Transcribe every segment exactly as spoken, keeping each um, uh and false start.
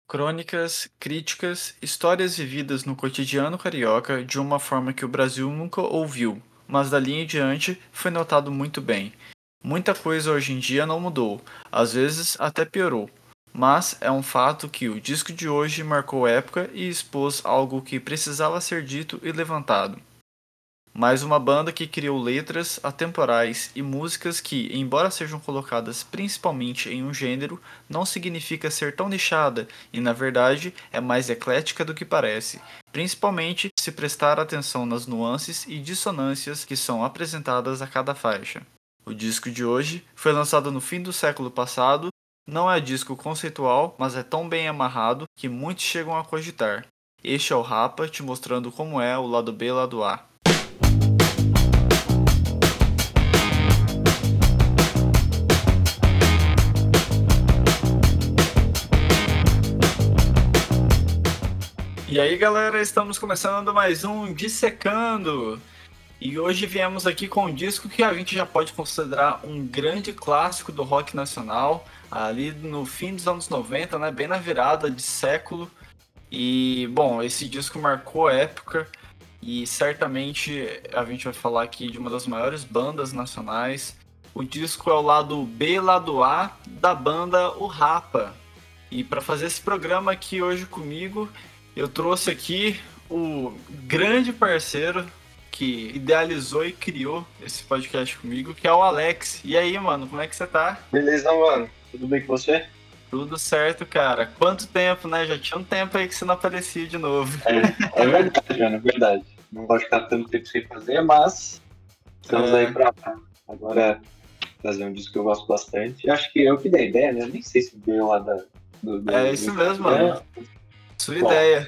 Crônicas, críticas, histórias vividas no cotidiano carioca de uma forma que o Brasil nunca ouviu, mas dali em diante foi notado muito bem. Muita coisa hoje em dia não mudou, às vezes até piorou, mas é um fato que o disco de hoje marcou época e expôs algo que precisava ser dito e levantado. Mais uma banda que criou letras atemporais e músicas que, embora sejam colocadas principalmente em um gênero, não significa ser tão nichada e, na verdade, é mais eclética do que parece, principalmente se prestar atenção nas nuances e dissonâncias que são apresentadas a cada faixa. O disco de hoje foi lançado no fim do século passado, não é disco conceitual, mas é tão bem amarrado que muitos chegam a cogitar. Este é o Rapa te mostrando como é o lado B e lado A. E aí, galera, estamos começando mais um Dissecando. E hoje viemos aqui com um disco que a gente já pode considerar um grande clássico do rock nacional, ali no fim dos anos noventa, né, bem na virada de século. E, bom, esse disco marcou a época e certamente a gente vai falar aqui de uma das maiores bandas nacionais. O disco é o lado B e lado A da banda O Rapa. E para fazer esse programa aqui hoje comigo, eu trouxe aqui o grande parceiro que idealizou e criou esse podcast comigo, que é o Alex. E aí, mano, como é que você tá? Beleza, mano. Tudo bem com você? Tudo certo, cara. Quanto tempo, né? Já tinha um tempo aí que você não aparecia de novo. É, é verdade, mano, é verdade. Não gosto de ficar tanto tempo sem fazer, mas estamos É, aí pra agora fazer um disco que eu gosto bastante. Eu acho que eu que dei a ideia, né? Eu nem sei se veio lá da, do, do, é do isso mesmo, mano. Instagram. Sua Bom, ideia.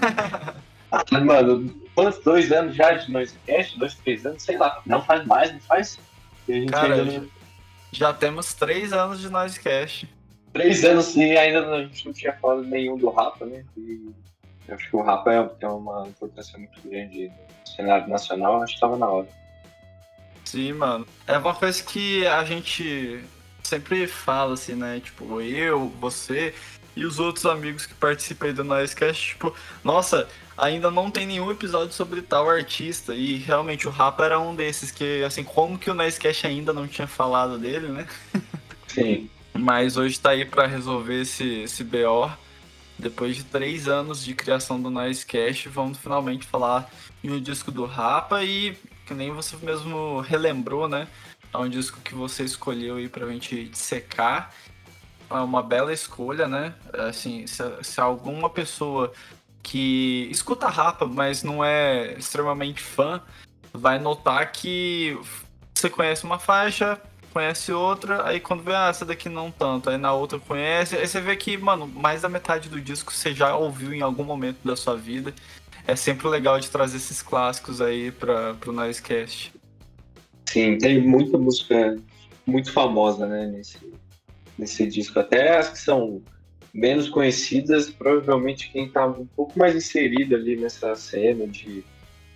ah, mano, quantos? Dois anos já de Noisecast? Dois, três anos? Sei lá. Não faz mais, não faz? E a gente ainda Cara, j- não... já temos três anos de Noisecast. Três anos e ainda não, a gente não tinha falado nenhum do Rapa, né? E eu acho que o Rapa é- tem uma importância muito grande no cenário nacional. Acho que tava na hora. Sim, mano. É uma coisa que a gente sempre fala, assim, né? Tipo, eu, você e os outros amigos que participam aí do Noisecast, tipo, nossa, ainda não tem nenhum episódio sobre tal artista. E realmente o Rapa era um desses que, assim, como que o Noisecast ainda não tinha falado dele, né? Sim. Mas hoje tá aí pra resolver esse, esse B O. Depois de três anos de criação do Noisecast, vamos finalmente falar em um disco do Rapa e, que nem você mesmo relembrou, né? É um disco que você escolheu aí pra gente dissecar. É uma bela escolha, né? Assim, se, se alguma pessoa que escuta Rapa, mas não é extremamente fã, vai notar que você conhece uma faixa, conhece outra, aí quando vê, ah, essa daqui não tanto, aí na outra conhece, aí você vê que, mano, mais da metade do disco você já ouviu em algum momento da sua vida. É sempre legal de trazer esses clássicos aí para pro Noisecast. Sim, tem muita música muito famosa, né, nesse, nesse disco. Até as que são menos conhecidas, provavelmente quem tá um pouco mais inserido ali nessa cena de,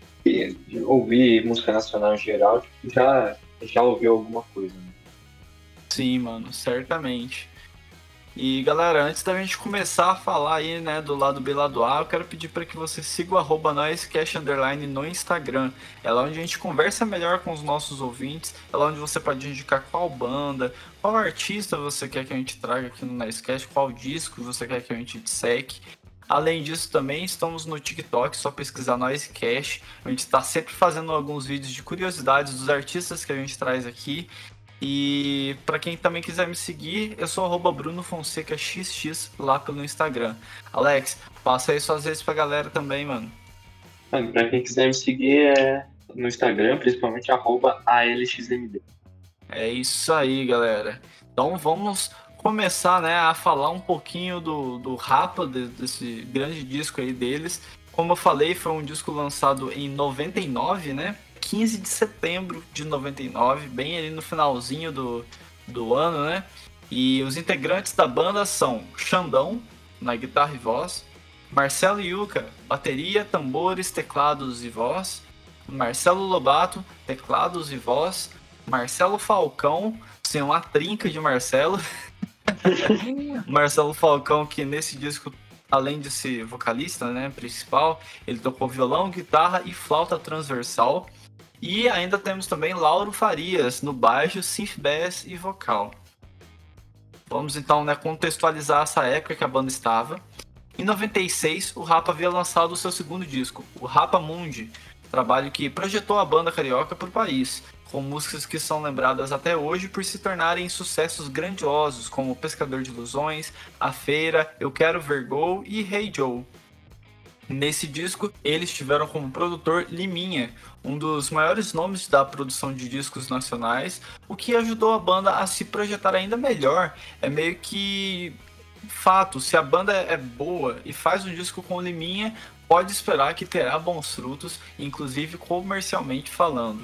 de ouvir música nacional em geral, tipo, já, já ouviu alguma coisa, né? Sim, mano, certamente. E galera, antes da gente começar a falar aí, né, do lado B e lado A, eu quero pedir para que você siga o arroba noisecast underline no Instagram. É lá onde a gente conversa melhor com os nossos ouvintes, é lá onde você pode indicar qual banda, qual artista você quer que a gente traga aqui no Noisecast, qual disco você quer que a gente disseque. Além disso, também estamos no TikTok, só pesquisar Noisecast. A gente está sempre fazendo alguns vídeos de curiosidades dos artistas que a gente traz aqui. E para quem também quiser me seguir, eu sou arroba Bruno Fonseca X X lá pelo Instagram. Alex, passa aí suas redes pra galera também, mano. Mano, pra quem quiser me seguir é no Instagram, principalmente arroba A L X M D. É isso aí, galera. Então vamos começar, né, a falar um pouquinho do, do Rapa, de- desse grande disco aí deles. Como eu falei, foi um disco lançado em noventa e nove, né? quinze de setembro de noventa e nove, bem ali no finalzinho do, do ano, né? E os integrantes da banda são Xandão, na guitarra e voz, Marcelo Yuca, bateria, tambores, teclados e voz, Marcelo Lobato, teclados e voz, Marcelo Falcão, sem uma trinca de Marcelo. Marcelo Falcão, que nesse disco além de ser vocalista, né, principal, ele tocou violão, guitarra e flauta transversal. E ainda temos também Lauro Farias no baixo, synth bass e vocal. Vamos então, né, contextualizar essa época que a banda estava. Em noventa e seis, o Rapa havia lançado o seu segundo disco, o Rapa Mundi, trabalho que projetou a banda carioca para o país, com músicas que são lembradas até hoje por se tornarem sucessos grandiosos, como Pescador de Ilusões, A Feira, Eu Quero Ver Gol e Hey Joe. Nesse disco, eles tiveram como produtor Liminha, um dos maiores nomes da produção de discos nacionais, o que ajudou a banda a se projetar ainda melhor. É meio que fato, se a banda é boa e faz um disco com Liminha, pode esperar que terá bons frutos, inclusive comercialmente falando.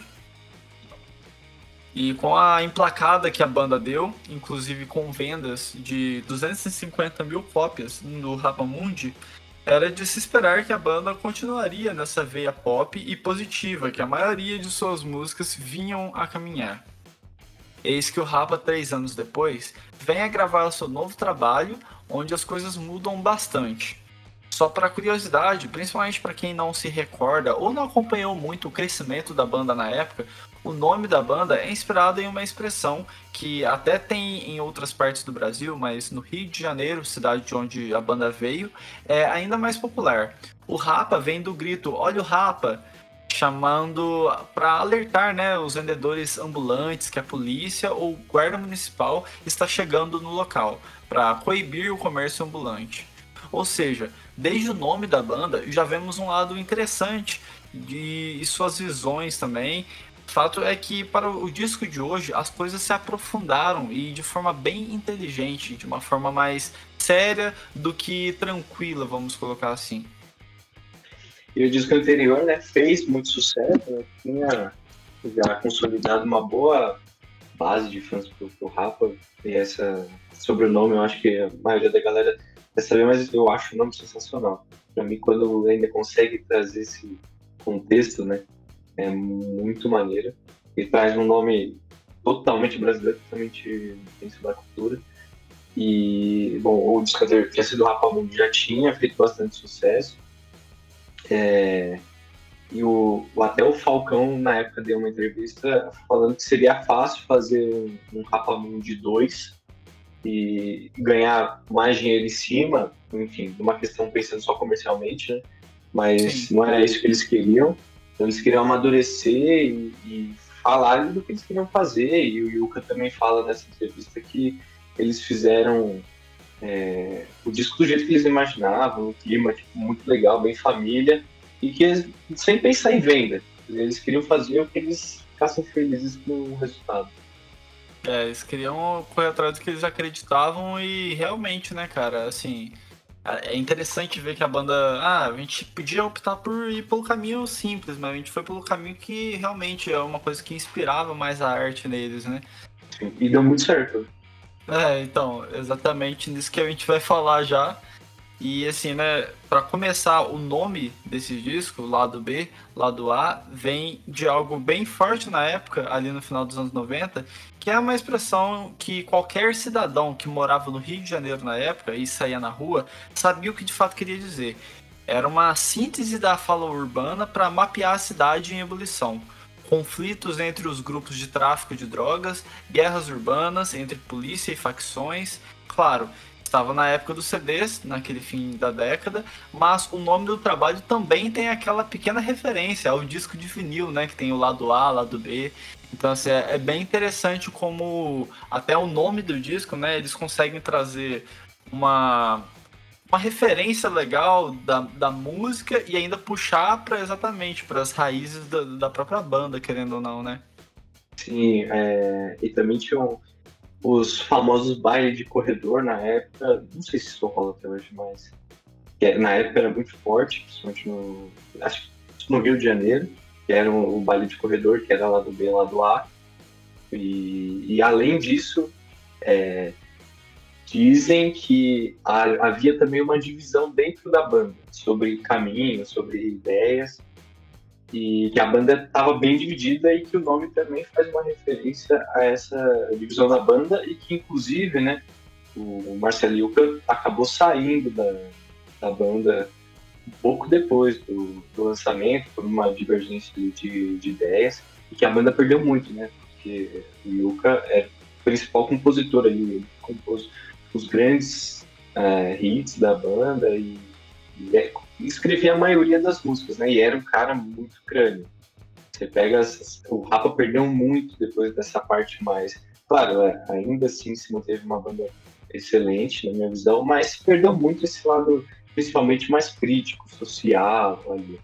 E com a emplacada que a banda deu, inclusive com vendas de duzentas e cinquenta mil cópias no Rapamundi, era de se esperar que a banda continuaria nessa veia pop e positiva que a maioria de suas músicas vinham a caminhar. Eis que o Rapa, três anos depois, vem a gravar o seu novo trabalho, onde as coisas mudam bastante. Só para curiosidade, principalmente para quem não se recorda ou não acompanhou muito o crescimento da banda na época, o nome da banda é inspirado em uma expressão que até tem em outras partes do Brasil, mas no Rio de Janeiro, cidade de onde a banda veio, é ainda mais popular. O Rapa vem do grito "Olha o Rapa", chamando para alertar, né, os vendedores ambulantes que a polícia ou guarda municipal está chegando no local, para coibir o comércio ambulante. Ou seja, desde o nome da banda já vemos um lado interessante de, e suas visões também. O fato é que para o disco de hoje as coisas se aprofundaram e de forma bem inteligente, de uma forma mais séria do que tranquila, vamos colocar assim. E o disco anterior, né, fez muito sucesso, né, tinha já consolidado uma boa base de fãs pro, pro Rapa, e essa sobrenome eu acho que a maioria da galera quer saber, mas eu acho o nome sensacional. Para mim, quando ainda consegue trazer esse contexto, né, é muito maneiro. E traz um nome totalmente brasileiro, totalmente dentro da cultura. E, bom, o disco que tinha sido o Rapa Mundi já tinha feito bastante sucesso. É, e o, até o Falcão, na época, deu uma entrevista falando que seria fácil fazer um, um Rapa Mundi dois e ganhar mais dinheiro em cima, enfim, de uma questão pensando só comercialmente, né? Mas Sim. não era isso que eles queriam. Então, eles queriam amadurecer e, e falar do que eles queriam fazer. E o Yuka também fala nessa entrevista que eles fizeram é, o disco do jeito que eles imaginavam, um clima tipo, muito legal, bem família, e que eles, sem pensar em venda, eles queriam fazer o que eles ficassem felizes com o resultado. É, eles queriam correr atrás do que eles acreditavam e realmente, né, cara, assim, é interessante ver que a banda, ah, a gente podia optar por ir pelo caminho simples, mas a gente foi pelo caminho que realmente é uma coisa que inspirava mais a arte neles, né? Sim, e deu muito certo. É, então, exatamente nisso que a gente vai falar já. E assim, né, para começar, o nome desse disco, lado B, lado A, vem de algo bem forte na época, ali no final dos anos noventa, que é uma expressão que qualquer cidadão que morava no Rio de Janeiro na época e saía na rua, sabia o que de fato queria dizer. Era uma síntese da fala urbana para mapear a cidade em ebulição. Conflitos entre os grupos de tráfico de drogas, guerras urbanas entre polícia e facções. Claro, estava na época dos C Ds, naquele fim da década, mas o nome do trabalho também tem aquela pequena referência ao disco de vinil, né, que tem o lado A, lado B. Então, assim, é, é bem interessante como até o nome do disco, né, eles conseguem trazer uma, uma referência legal da, da música e ainda puxar para exatamente para as raízes da, da própria banda, querendo ou não, né? Sim, é, e também tinha um, os famosos bailes de corredor na época, não sei se isso rola até hoje, mas que na época era muito forte, principalmente no, acho que no Rio de Janeiro, que era o, o baile de corredor, que era lá do B, lá do A. E, e além disso, é, dizem que há, havia também uma divisão dentro da banda sobre caminhos, sobre ideias, e que a banda estava bem dividida e que o nome também faz uma referência a essa divisão da banda e que, inclusive, né, o Marcelo Yuca acabou saindo da, da banda um pouco depois do, do lançamento, por uma divergência de, de ideias, e que a banda perdeu muito, né? Porque o Yuka é o principal compositor ali, ele compôs os grandes é, hits da banda e, e é, escrevia a maioria das músicas, né? E era um cara muito grande. Você pega, as, o Rapa perdeu muito depois dessa parte mais. Claro, é, ainda assim se manteve uma banda excelente, na minha visão, mas perdeu muito esse lado, principalmente mais crítico, social ali.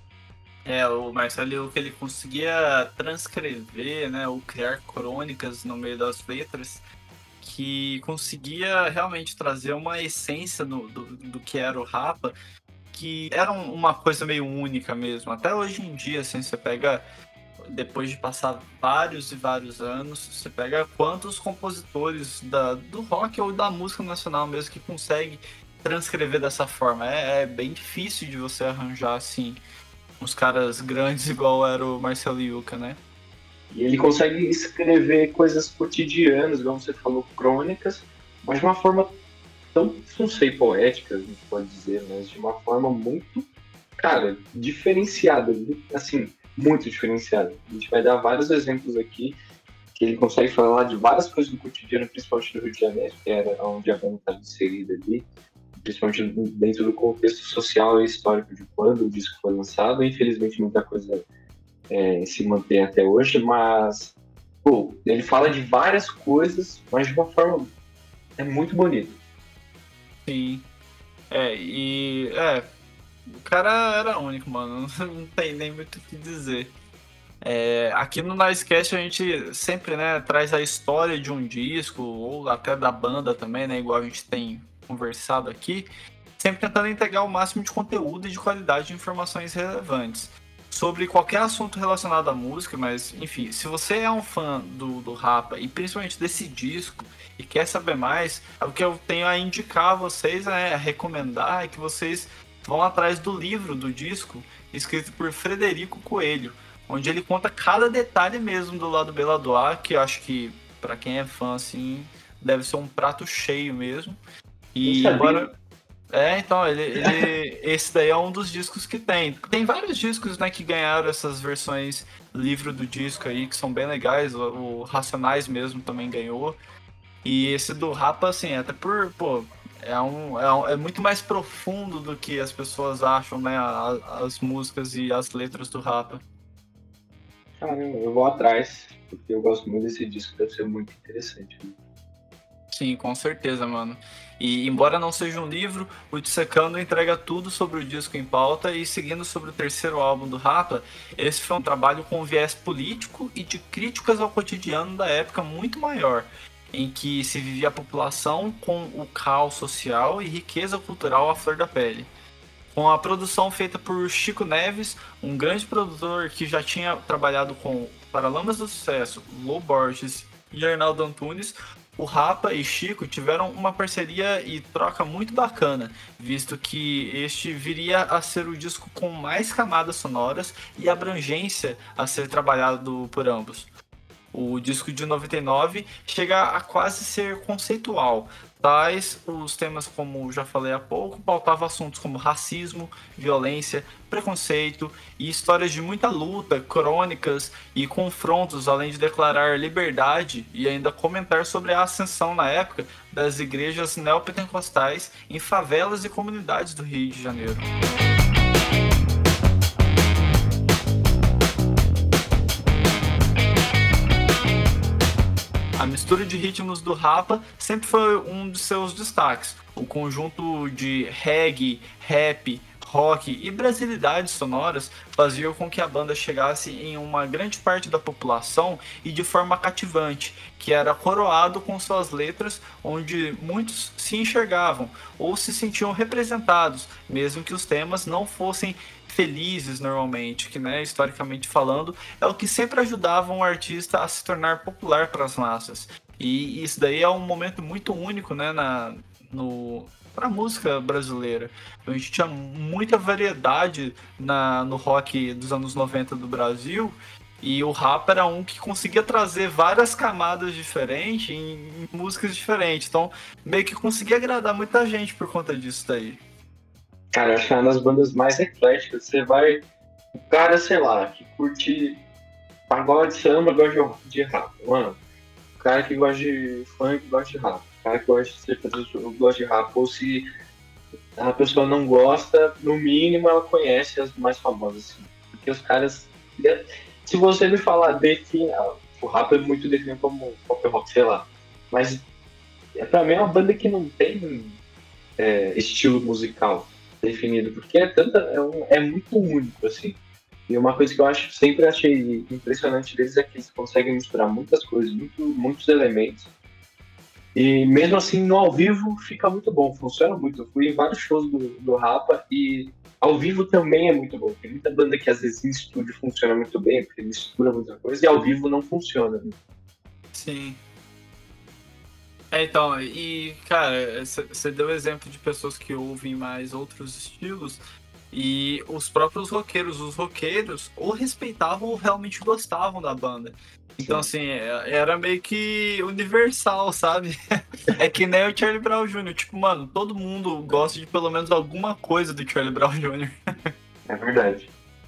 É, o Marcelo, que ele conseguia transcrever, né, ou criar crônicas no meio das letras, que conseguia realmente trazer uma essência do, do, do que era o Rapa, que era uma coisa meio única mesmo. Até hoje em dia, assim, você pega, depois de passar vários e vários anos, você pega quantos compositores da, do rock ou da música nacional mesmo que conseguem transcrever dessa forma. É, é bem difícil de você arranjar, assim, uns caras grandes igual era o Marcelo Yuca, né? E ele consegue escrever coisas cotidianas, como você falou, crônicas, mas de uma forma tão, não sei, poética, a gente pode dizer, mas de uma forma muito, cara, diferenciada, assim, muito diferenciada. A gente vai dar vários exemplos aqui, que ele consegue falar de várias coisas do cotidiano, principalmente do Rio de Janeiro, que era onde a banda estava inserida ali, principalmente dentro do contexto social e histórico de quando o disco foi lançado. Infelizmente, muita coisa é, se mantém até hoje, mas pô, ele fala de várias coisas, mas de uma forma é muito bonita. Sim. É, e. É, o cara era único, mano. Não tem nem muito o que dizer. É, aqui no Nicecast a gente sempre, né, traz a história de um disco, ou até da banda também, né? Igual a gente tem conversado aqui. Sempre tentando entregar o máximo de conteúdo e de qualidade de informações relevantes sobre qualquer assunto relacionado à música, mas enfim, se você é um fã do, do Rapa e principalmente desse disco e quer saber mais, o que eu tenho a indicar a vocês, né, a recomendar, é que vocês vão atrás do livro do disco escrito por Frederico Coelho, onde ele conta cada detalhe mesmo do lado B, lado A, que eu acho que para quem é fã assim deve ser um prato cheio mesmo. Nem E sabia. embora é, então, ele, ele, esse daí é um dos discos que tem. Tem vários discos, né, que ganharam essas versões livro do disco aí, que são bem legais. O, o Racionais mesmo também ganhou. E esse do Rapa, assim, até por, pô, é, um, é, um, é muito mais profundo do que as pessoas acham, né, a- as músicas e as letras do Rapa. Caramba, eu vou atrás, porque eu gosto muito desse disco, deve ser muito interessante. Sim, com certeza, mano. E embora não seja um livro, o Dissecando entrega tudo sobre o disco em pauta e seguindo sobre o terceiro álbum do Rapa, esse foi um trabalho com viés político e de críticas ao cotidiano da época muito maior, em que se vivia a população com o caos social e riqueza cultural à flor da pele. Com a produção feita por Chico Neves, um grande produtor que já tinha trabalhado com Paralamas do Sucesso, Lô Borges e Arnaldo Antunes, o Rapa e Chico tiveram uma parceria e troca muito bacana, visto que este viria a ser o disco com mais camadas sonoras e abrangência a ser trabalhado por ambos. O disco de noventa e nove chega a quase ser conceitual. Tais os temas, como já falei há pouco, pautavam assuntos como racismo, violência, preconceito e histórias de muita luta, crônicas e confrontos, além de declarar liberdade e ainda comentar sobre a ascensão na época das igrejas neopentecostais em favelas e comunidades do Rio de Janeiro. A mistura de ritmos do Rapa sempre foi um de seus destaques. O conjunto de reggae, rap, rock e brasilidades sonoras fazia com que a banda chegasse em uma grande parte da população e de forma cativante, que era coroado com suas letras, onde muitos se enxergavam ou se sentiam representados, mesmo que os temas não fossem felizes normalmente, que, né, historicamente falando, é o que sempre ajudava um artista a se tornar popular para as massas. E isso daí é um momento muito único, né, na, no, para a música brasileira. A gente tinha muita variedade na, no rock dos anos noventa do Brasil, e o rap era um que conseguia trazer várias camadas diferentes em, em músicas diferentes. Então, meio que conseguia agradar muita gente por conta disso daí. Cara, eu acho que é uma das bandas mais ecléticas. Você vai. O cara, sei lá, que curte pagode, samba, gosta de, de rap. Mano, o cara que gosta de funk, gosta de rap. O cara que gosta de sertanejo, gosta de rap. Ou se a pessoa não gosta, no mínimo ela conhece as mais famosas, assim. Porque os caras. Se você me falar, define. O rap é muito definido como pop rock, sei lá. Mas é, pra mim é uma banda que não tem é, estilo musical definido, porque é, tanta, é, um, é muito único, assim. E uma coisa que eu acho, sempre achei impressionante deles é que eles conseguem misturar muitas coisas, muito, muitos elementos. E mesmo assim, no ao vivo fica muito bom, funciona muito. Eu fui em vários shows do, do Rapa e ao vivo também é muito bom. Tem muita banda que às vezes em estúdio funciona muito bem, porque mistura muita coisa, e ao vivo não funciona. Né? Sim. É, então, e, cara, você deu exemplo de pessoas que ouvem mais outros estilos, e os próprios roqueiros, os roqueiros ou respeitavam ou realmente gostavam da banda. Então, Sim. assim, é- era meio que universal, sabe? É que nem o Charlie Brown Júnior Tipo, mano, todo mundo gosta de pelo menos alguma coisa do Charlie Brown Júnior É verdade.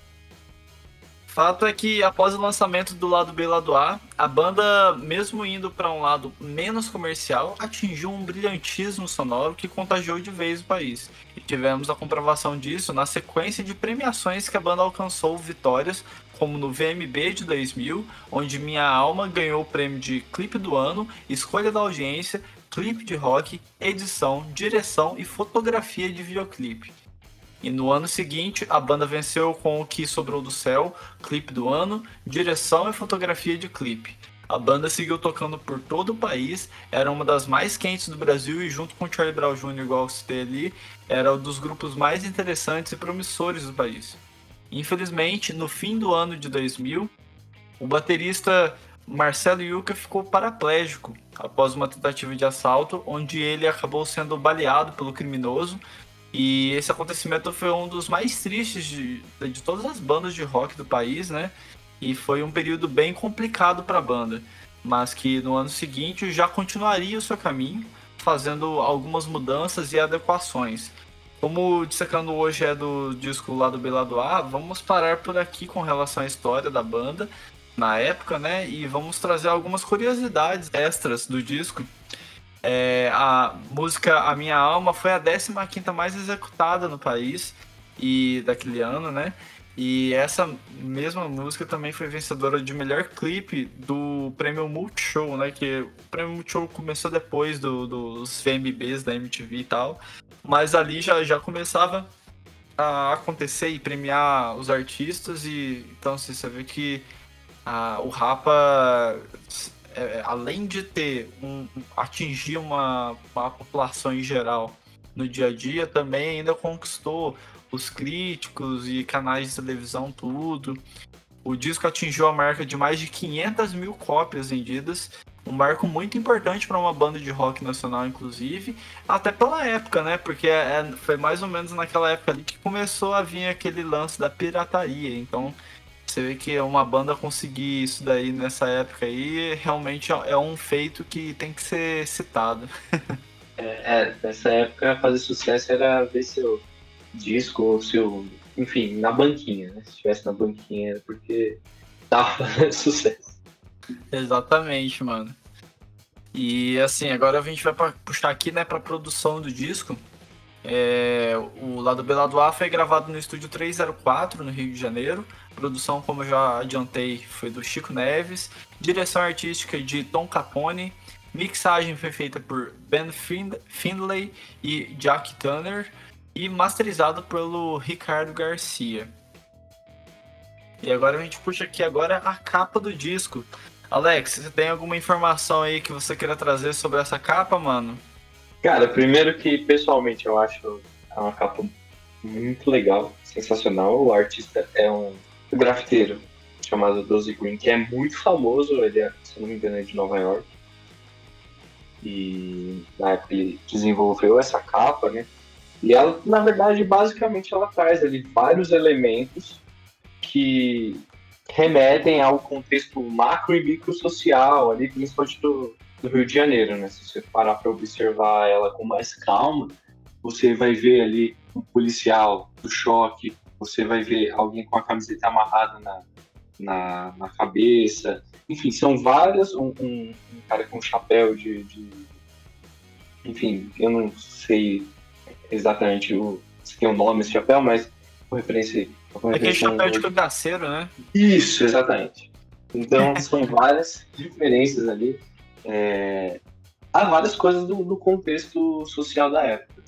Fato é que após o lançamento do lado B e lado A, a banda, mesmo indo para um lado menos comercial, atingiu um brilhantismo sonoro que contagiou de vez o país. E tivemos a comprovação disso na sequência de premiações que a banda alcançou vitórias, como no V M B de dois mil, onde Minha Alma ganhou o prêmio de Clipe do Ano, Escolha da Audiência, Clipe de Rock, Edição, Direção e Fotografia de Videoclipe. E no ano seguinte, a banda venceu com O Que Sobrou do Céu, clipe do ano, direção e fotografia de clipe. A banda seguiu tocando por todo o país, era uma das mais quentes do Brasil e junto com Charlie Brown Júnior, igual eu citei ali, era um dos grupos mais interessantes e promissores do país. Infelizmente, no fim do ano de dois mil, o baterista Marcelo Yuca ficou paraplégico após uma tentativa de assalto, onde ele acabou sendo baleado pelo criminoso e esse acontecimento foi um dos mais tristes de, de todas as bandas de rock do país, né? E foi um período bem complicado para a banda, mas que no ano seguinte já continuaria o seu caminho, fazendo algumas mudanças e adequações. Como o Dissecando hoje é do disco Lado B Lado A, vamos parar por aqui com relação à história da banda na época, né? E vamos trazer algumas curiosidades extras do disco. É, a música A Minha Alma foi a décima quinta mais executada no país e daquele ano, né? E essa mesma música também foi vencedora de melhor clipe do Prêmio Multishow, né? Que o Prêmio Multishow começou depois do, dos V M Bs da M T V e tal, mas ali já, já começava a acontecer e premiar os artistas e então assim, você vê que ah, o Rapa é, além de ter um, atingir uma, uma população em geral no dia a dia, também ainda conquistou os críticos e canais de televisão, tudo. O disco atingiu a marca de mais de quinhentas mil cópias vendidas, um marco muito importante para uma banda de rock nacional, inclusive, até pela época, né? Porque é, foi mais ou menos naquela época ali que começou a vir aquele lance da pirataria. Então, você vê que uma banda conseguir isso daí nessa época aí realmente é um feito que tem que ser citado. É, é, nessa época fazer sucesso era ver seu disco ou seu. Enfim, na banquinha, né? Se estivesse na banquinha era porque tava fazendo sucesso. Exatamente, mano. E assim, agora a gente vai pra, puxar aqui, né, pra produção do disco. É, o lado B lado A foi gravado no estúdio trezentos e quatro, no Rio de Janeiro. A produção, como eu já adiantei, foi do Chico Neves. Direção artística de Tom Capone. Mixagem foi feita por Ben Findlay e Jack Turner. E masterizado pelo Ricardo Garcia. E agora a gente puxa aqui agora a capa do disco. Alex, você tem alguma informação aí que você queira trazer sobre essa capa, mano? Cara, primeiro que pessoalmente eu acho uma capa muito legal, sensacional. O artista é um grafiteiro chamado Dozy Green, que é muito famoso, ele é, se não me engano, é de Nova York. E na época ele desenvolveu essa capa, né? E ela, na verdade, basicamente ela traz ali vários elementos que remetem ao contexto macro e micro social, ali, principalmente do, do Rio de Janeiro, né? Se você parar para observar ela com mais calma, você vai ver ali um policial do choque, você vai ver alguém com a camiseta amarrada na, na, na cabeça. Enfim, são várias. Um, um, um cara com chapéu de, de. Enfim, eu não sei exatamente o, se tem o um nome esse chapéu, mas com referência. Com Aquele referência chapéu um... de cangaceiro, né? Isso, exatamente. Então, são várias diferenças ali. É... Há várias coisas do, do contexto social da época.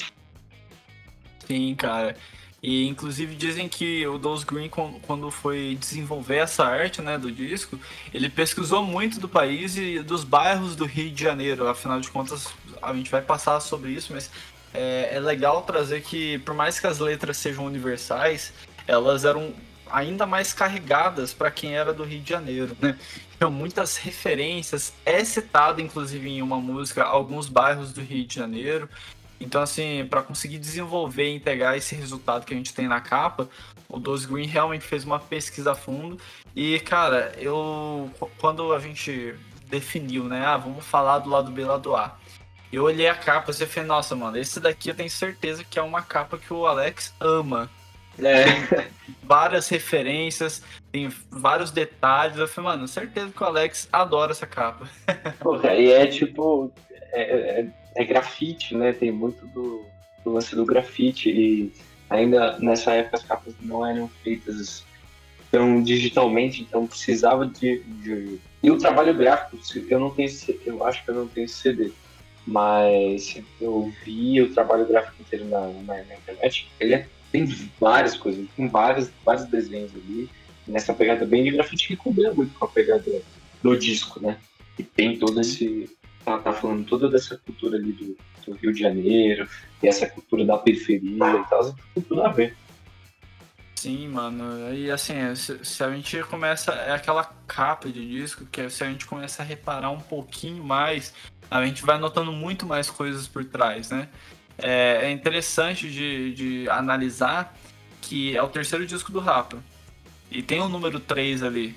Sim, cara. E inclusive dizem que o Dos Green, quando foi desenvolver essa arte, né, do disco, ele pesquisou muito do país e dos bairros do Rio de Janeiro. Afinal de contas, a gente vai passar sobre isso, mas é, é legal trazer que, por mais que as letras sejam universais, elas eram ainda mais carregadas para quem era do Rio de Janeiro, né? Então, muitas referências. É citado, inclusive, em uma música, alguns bairros do Rio de Janeiro. Então, assim, para conseguir desenvolver e entregar esse resultado que a gente tem na capa, o Dos Green realmente fez uma pesquisa a fundo. E, cara, eu quando a gente definiu, né? Ah, vamos falar do lado B e lado A. Eu olhei a capa e falei, nossa, mano, esse daqui eu tenho certeza que é uma capa que o Alex ama. É. Tem várias referências, tem vários detalhes. Eu falei, mano, certeza que o Alex adora essa capa. Pô, cara, e é tipo. É, é, é grafite, né? Tem muito do, do lance do grafite. E ainda nessa época as capas não eram feitas tão digitalmente, então precisava de. de... E o trabalho gráfico, eu não tenho eu acho que eu não tenho esse C D. Mas eu vi o trabalho gráfico inteiro na, na, na internet. Ele é, tem várias coisas, tem vários, vários desenhos ali, nessa pegada bem de grafite que combina muito com a pegada do disco, né? E tem todo esse. Tá, tá falando toda dessa cultura ali do, do Rio de Janeiro, e essa cultura da periferia e tal, tem tudo a ver. Sim, mano. E assim, se, se a gente começa. É aquela capa de disco que se a gente começa a reparar um pouquinho mais, a gente vai notando muito mais coisas por trás, né? É, é interessante de, de analisar que é o terceiro disco do Rapa. E tem o número três ali.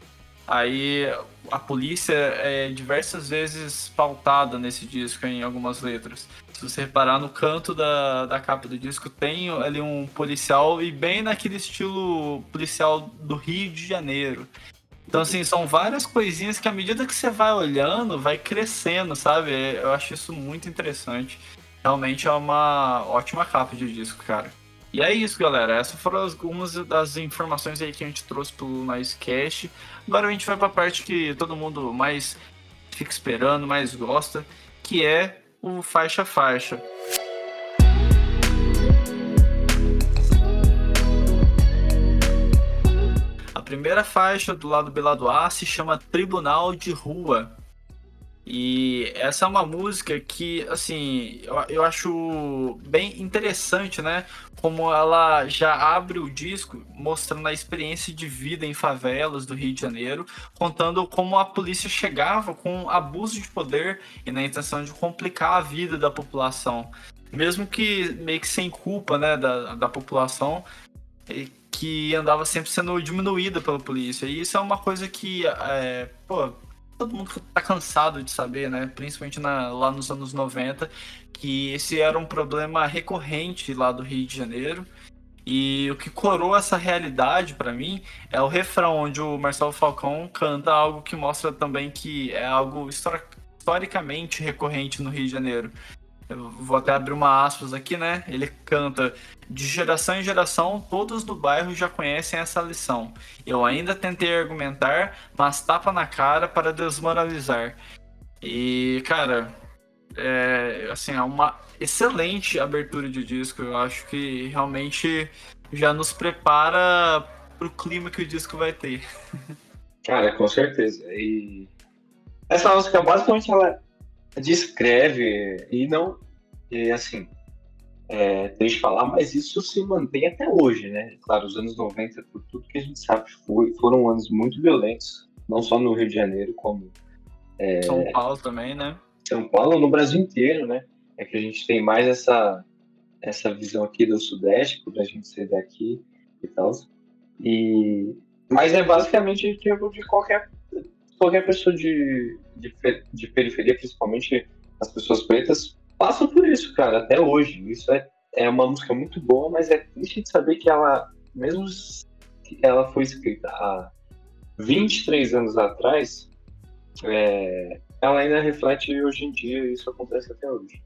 Aí a polícia é diversas vezes pautada nesse disco em algumas letras. Se você reparar no canto da, da capa do disco, tem ali um policial e bem naquele estilo policial do Rio de Janeiro. Então, assim, são várias coisinhas que à medida que você vai olhando, vai crescendo, sabe? Eu acho isso muito interessante. Realmente é uma ótima capa de disco, cara. E é isso, galera. Essas foram algumas das informações aí que a gente trouxe pelo Nicecast. Agora a gente vai para a parte que todo mundo mais fica esperando, mais gosta, que é o faixa faixa. A primeira faixa do lado B e lado A se chama Tribunal de Rua. E essa é uma música que, assim, eu, eu acho bem interessante, né? Como ela já abre o disco mostrando a experiência de vida em favelas do Rio de Janeiro, contando como a polícia chegava com abuso de poder e na intenção de complicar a vida da população. Mesmo que meio que sem culpa, né, da, da população, que andava sempre sendo diminuída pela polícia. E isso é uma coisa que, é, pô, todo mundo tá cansado de saber, né? Principalmente na, lá nos anos noventa, que esse era um problema recorrente lá do Rio de Janeiro. E o que coroa essa realidade para mim é o refrão, onde o Marcelo Falcão canta algo que mostra também que é algo historicamente recorrente no Rio de Janeiro. Eu vou até abrir uma aspas aqui, né? Ele canta: de geração em geração, todos do bairro já conhecem essa lição. Eu ainda tentei argumentar, mas tapa na cara para desmoralizar. E, cara, é, assim, é uma excelente abertura de disco. Eu acho que realmente já nos prepara pro clima que o disco vai ter. Cara, com certeza. E essa música, basicamente, ela descreve e não, e assim, é, tem de falar, mas isso se mantém até hoje, né? Claro, os anos noventa, por tudo que a gente sabe, foi, foram anos muito violentos, não só no Rio de Janeiro, como São Paulo também, né? São Paulo, no Brasil inteiro, né? É que a gente tem mais essa, essa visão aqui do Sudeste, por a gente ser daqui e tal. E, mas é basicamente tipo de qualquer, qualquer pessoa de, de, de periferia, principalmente as pessoas pretas, passam por isso, cara, até hoje. Isso é, é uma música muito boa, mas é triste de saber que ela, mesmo que ela foi escrita há vinte e três anos atrás, é, ela ainda reflete hoje em dia e isso acontece até hoje.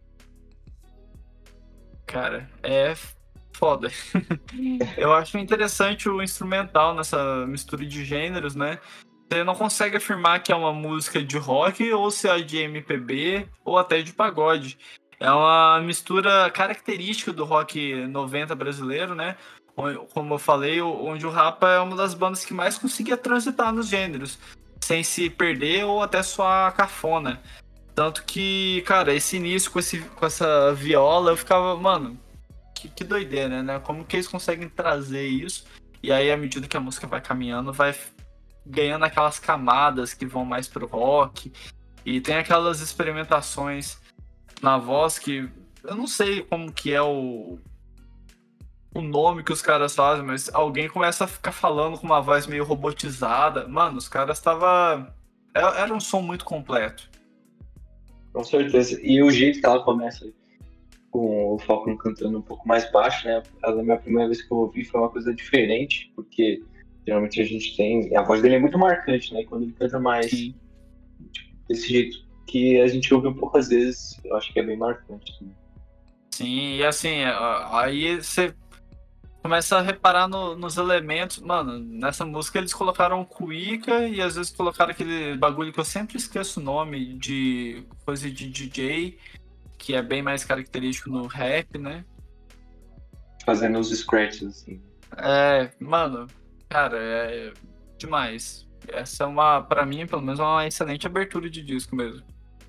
Cara, é foda. Eu acho interessante o instrumental nessa mistura de gêneros, né? Você não consegue afirmar que é uma música de rock ou se é de M P B ou até de pagode. É uma mistura característica do rock noventa brasileiro, né? Como eu falei, onde o Rapa é uma das bandas que mais conseguia transitar nos gêneros, sem se perder ou até soar cafona. Tanto que, cara, esse início com, esse, com essa viola, eu ficava, mano, que, que doideira, né? Como que eles conseguem trazer isso? E aí, à medida que a música vai caminhando, vai ganhando aquelas camadas que vão mais pro rock. E tem aquelas experimentações na voz que eu não sei como que é o, o nome que os caras fazem, mas alguém começa a ficar falando com uma voz meio robotizada. Mano, os caras estavam. Era um som muito completo. Com certeza. E o jeito que ela começa com o Falcon cantando um pouco mais baixo, né? A minha primeira vez que eu ouvi foi uma coisa diferente, porque geralmente a gente tem. A voz dele é muito marcante, né? E quando ele canta mais Sim. tipo, desse jeito que a gente ouve poucas vezes, eu acho que é bem marcante. Né? Sim, e assim, aí você começa a reparar no, nos elementos. Mano, nessa música eles colocaram cuíca e às vezes colocaram aquele bagulho que eu sempre esqueço o nome, de coisa de D J, que é bem mais característico no rap, né? Fazendo os scratches, assim. É, mano, cara, é demais. Essa é uma, pra mim, pelo menos, é uma excelente abertura de disco mesmo.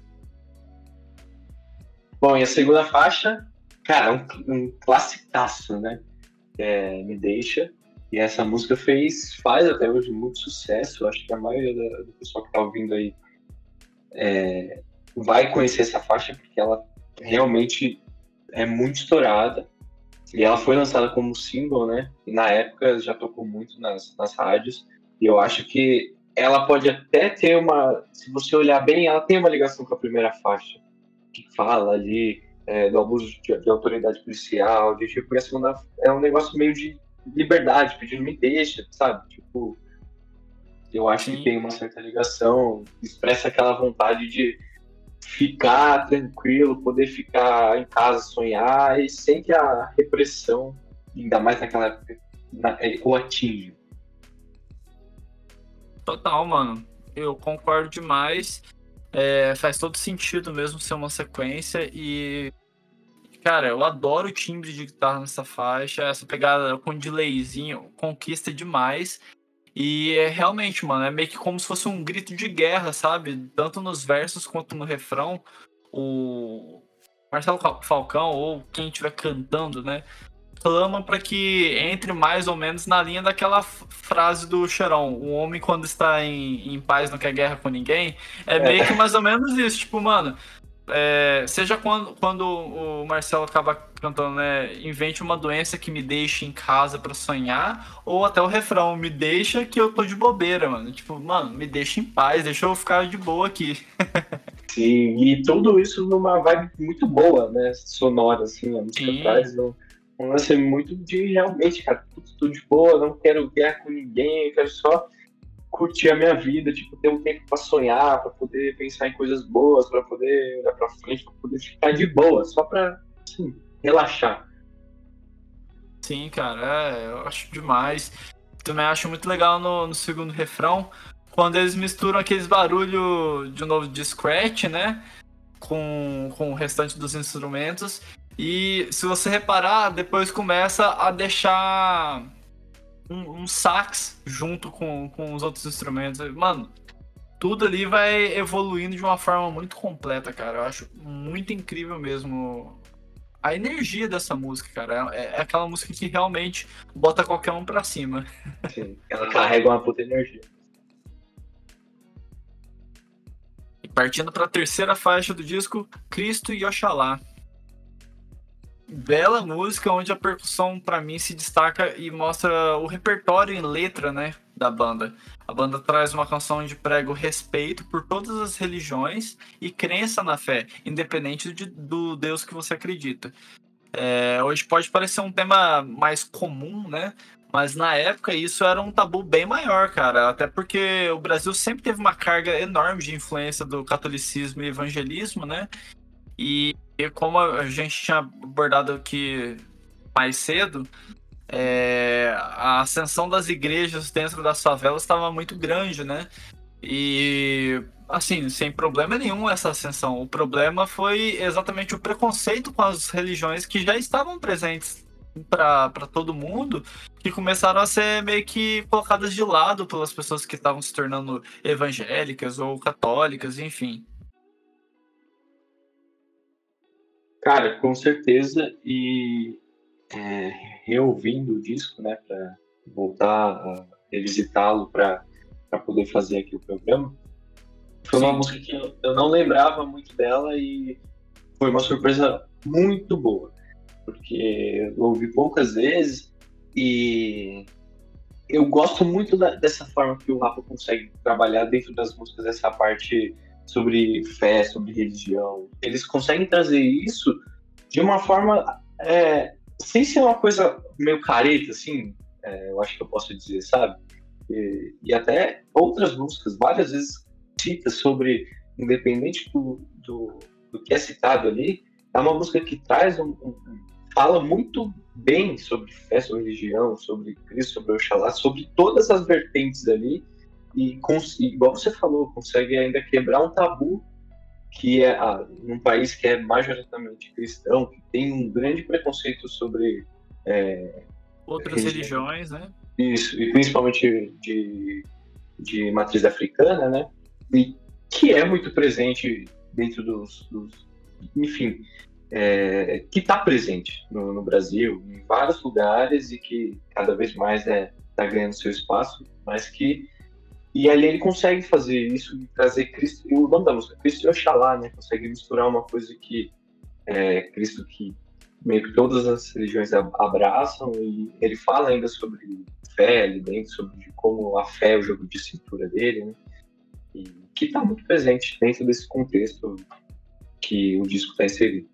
Bom, e a segunda faixa, cara, um, um classicaço, né? É, Me Deixa. E essa música fez, faz até hoje muito sucesso. Acho que a maioria da, do pessoal que tá ouvindo aí é, vai conhecer essa faixa, porque ela realmente é muito estourada. E ela foi lançada como single, né? E na época já tocou muito nas, nas rádios. E eu acho que ela pode até ter uma. Se você olhar bem, ela tem uma ligação com a primeira faixa, que fala ali é, do abuso de, de autoridade policial, de tipo, e a segunda é um negócio meio de liberdade, pedindo me deixa, sabe? Tipo, eu acho que Sim, tem uma certa ligação, expressa aquela vontade de ficar tranquilo, poder ficar em casa, sonhar, e sem que a repressão, ainda mais naquela época, na, é, o atinge. total, mano. Eu concordo demais. É, faz todo sentido mesmo ser uma sequência e, cara, eu adoro o timbre de guitarra nessa faixa, essa pegada com delayzinho, conquista demais. E é realmente, mano, é meio que como se fosse um grito de guerra, sabe? Tanto nos versos quanto no refrão. O Marcelo Falcão, ou quem estiver cantando, né? Clama para que entre mais ou menos na linha daquela frase do Chorão: o homem, quando está em, em paz, não quer guerra com ninguém. É meio que É, mais ou menos isso, tipo, mano. É, seja quando, quando o Marcelo acaba cantando, né? Invente uma doença que me deixe em casa pra sonhar, ou até o refrão: me deixa que eu tô de bobeira, mano. Tipo, mano, me deixa em paz, deixa eu ficar de boa aqui. sim, e tudo isso numa vibe muito boa, né? Sonora, assim, a música Sim, traz um, um lance muito de realmente, cara, tudo, tudo de boa, não quero guerra com ninguém, eu quero só curtir a minha vida, tipo, ter um tempo para sonhar, para poder pensar em coisas boas, para poder olhar para frente, para poder ficar de boa, só para assim, relaxar. sim, cara, é, eu acho demais. Também acho muito legal no, no segundo refrão, quando eles misturam aqueles barulhos de novo de scratch, né? Com, com o restante dos instrumentos. E se você reparar, depois começa a deixar um, um sax junto com, com os outros instrumentos. Mano, tudo ali vai evoluindo de uma forma muito completa, cara. Eu acho muito incrível mesmo a energia dessa música, cara. É, é aquela música que realmente bota qualquer um pra cima. Assim, ela carrega uma puta energia. E partindo pra terceira faixa do disco, Cristo e Oxalá. Bela música, onde a percussão pra mim se destaca e mostra o repertório em letra, né, da banda. A banda traz uma canção onde prega o respeito por todas as religiões e crença na fé, independente de, do Deus que você acredita. É, hoje pode parecer um tema mais comum, né? Mas na época isso era um tabu bem maior, cara. Até porque o Brasil sempre teve uma carga enorme de influência do catolicismo e evangelismo, né? E, e como a gente tinha abordado aqui mais cedo, é, a ascensão das igrejas dentro das favelas estava muito grande, né? E, assim, sem problema nenhum essa ascensão. O problema foi exatamente o preconceito com as religiões que já estavam presentes para todo mundo, que começaram a ser meio que colocadas de lado pelas pessoas que estavam se tornando evangélicas ou católicas, enfim. Cara, com certeza, e é, reouvindo o disco, né, para voltar a revisitá-lo para poder fazer aqui o programa, foi uma Sim. música que eu, eu não lembrava muito dela e foi uma surpresa muito boa, porque eu ouvi poucas vezes e eu gosto muito da, dessa forma que o Rafa consegue trabalhar dentro das músicas, essa parte sobre fé, sobre religião. Eles conseguem trazer isso de uma forma é, sem ser uma coisa meio careta, assim, é, eu acho que eu posso dizer, sabe? E, e até outras músicas, várias vezes cita sobre, independente do, do, do que é citado ali, é uma música que traz um, um fala muito bem sobre fé, sobre religião, sobre Cristo, sobre Oxalá, sobre todas as vertentes ali, e, igual você falou, consegue ainda quebrar um tabu que é ah, num país que é majoritariamente cristão, que tem um grande preconceito sobre é, Outras religião, religiões, né? isso, e principalmente de, de matriz africana, né? E que é muito presente dentro dos, dos enfim, é, que está presente no, no Brasil, em vários lugares e que cada vez mais está é, tá ganhando seu espaço, mas que e ali ele consegue fazer isso e trazer Cristo, e o nome da música, Cristo e Oxalá, né? Consegue misturar uma coisa que é Cristo que meio que todas as religiões abraçam e ele fala ainda sobre fé ali dentro, sobre como a fé é o jogo de cintura dele, né? E que está muito presente dentro desse contexto que o disco está inserido.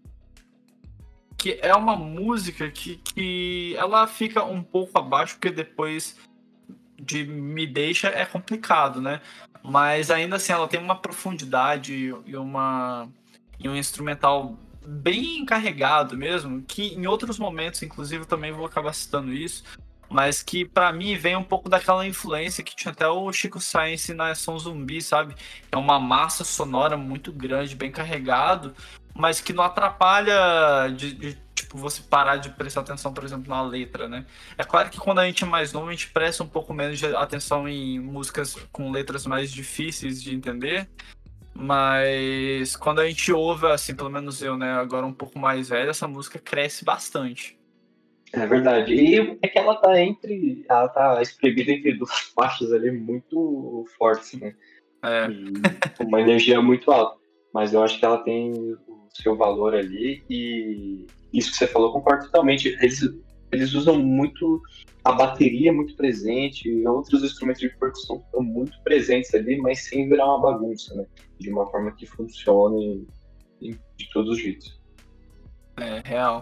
Que é uma música que, que ela fica um pouco abaixo, porque depois de Me Deixa é complicado, né? Mas ainda assim ela tem uma profundidade e uma e um instrumental bem carregado mesmo, que em outros momentos, inclusive, eu também vou acabar citando isso, mas que pra mim vem um pouco daquela influência que tinha até o Chico Science na Som Zumbi, sabe? É uma massa sonora muito grande, bem carregado, mas que não atrapalha de, de tipo, você parar de prestar atenção, por exemplo, na letra, né? É claro que quando a gente é mais novo, a gente presta um pouco menos de atenção em músicas com letras mais difíceis de entender, mas quando a gente ouve, assim, pelo menos eu, né, agora um pouco mais velho, essa música cresce bastante. É verdade. E é que ela tá entre. Ela tá espremida entre duas faixas ali muito fortes, né? É. E uma energia muito alta. Mas eu acho que ela tem o seu valor ali. E isso que você falou, concordo totalmente. Eles, eles usam muito a bateria muito presente, e outros instrumentos de percussão estão muito presentes ali, mas sem virar uma bagunça, né? De uma forma que funcione de todos os jeitos. É, real.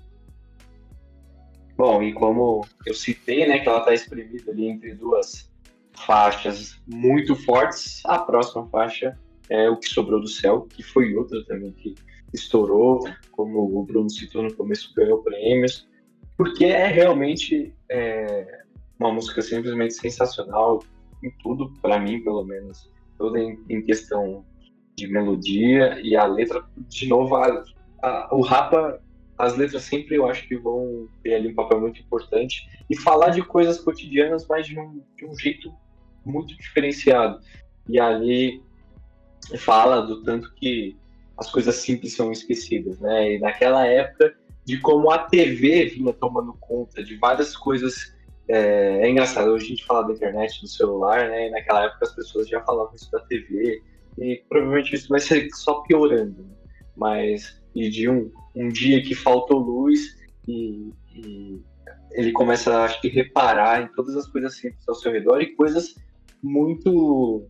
Bom, e como eu citei, né, que ela está espremida ali entre duas faixas muito fortes, a próxima faixa é O Que Sobrou do Céu, que foi outra também que estourou, como o Bruno citou no começo, ganhou prêmios, porque é realmente é, uma música simplesmente sensacional em tudo, para mim, pelo menos, toda em, em questão de melodia e a letra, de novo, a, a, o Rapa, as letras sempre eu acho que vão ter ali um papel muito importante e falar de coisas cotidianas, mas de um, de um jeito muito diferenciado. E ali fala do tanto que as coisas simples são esquecidas, né? E naquela época, de como a T V vinha tomando conta de várias coisas. É, é engraçado, hoje a gente fala da internet, do celular, né? E naquela época as pessoas já falavam isso da T V, e provavelmente isso vai ser só piorando, né? Mas e de um, um dia que faltou luz e, e ele começa, acho que, reparar em todas as coisas simples ao seu redor e coisas muito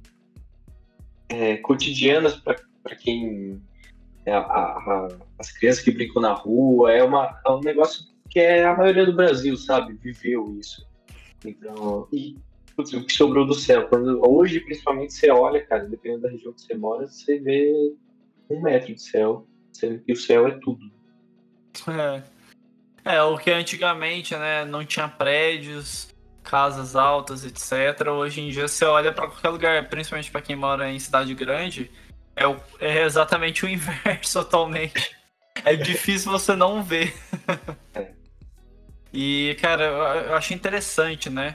é, cotidianas para quem é a, a, as crianças que brincam na rua, é, uma, é um negócio que é a maioria do Brasil, sabe, viveu isso. Então, e putz, o que sobrou do céu, quando hoje principalmente você olha, cara, dependendo da região que você mora, você vê um metro de céu, sendo que o céu é tudo. É. É, o que antigamente, né, não tinha prédios, casas altas, etcétera. Hoje em dia você olha para qualquer lugar, principalmente para quem mora em cidade grande, é, o, é exatamente o inverso atualmente. É difícil você não ver. É. E, cara, eu, eu acho interessante, né,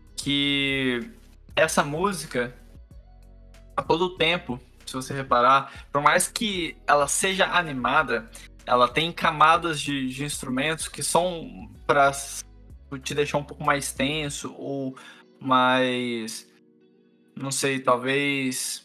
que essa música, a todo tempo, se você reparar, por mais que ela seja animada, ela tem camadas de, de instrumentos que são para te deixar um pouco mais tenso ou mais, não sei, talvez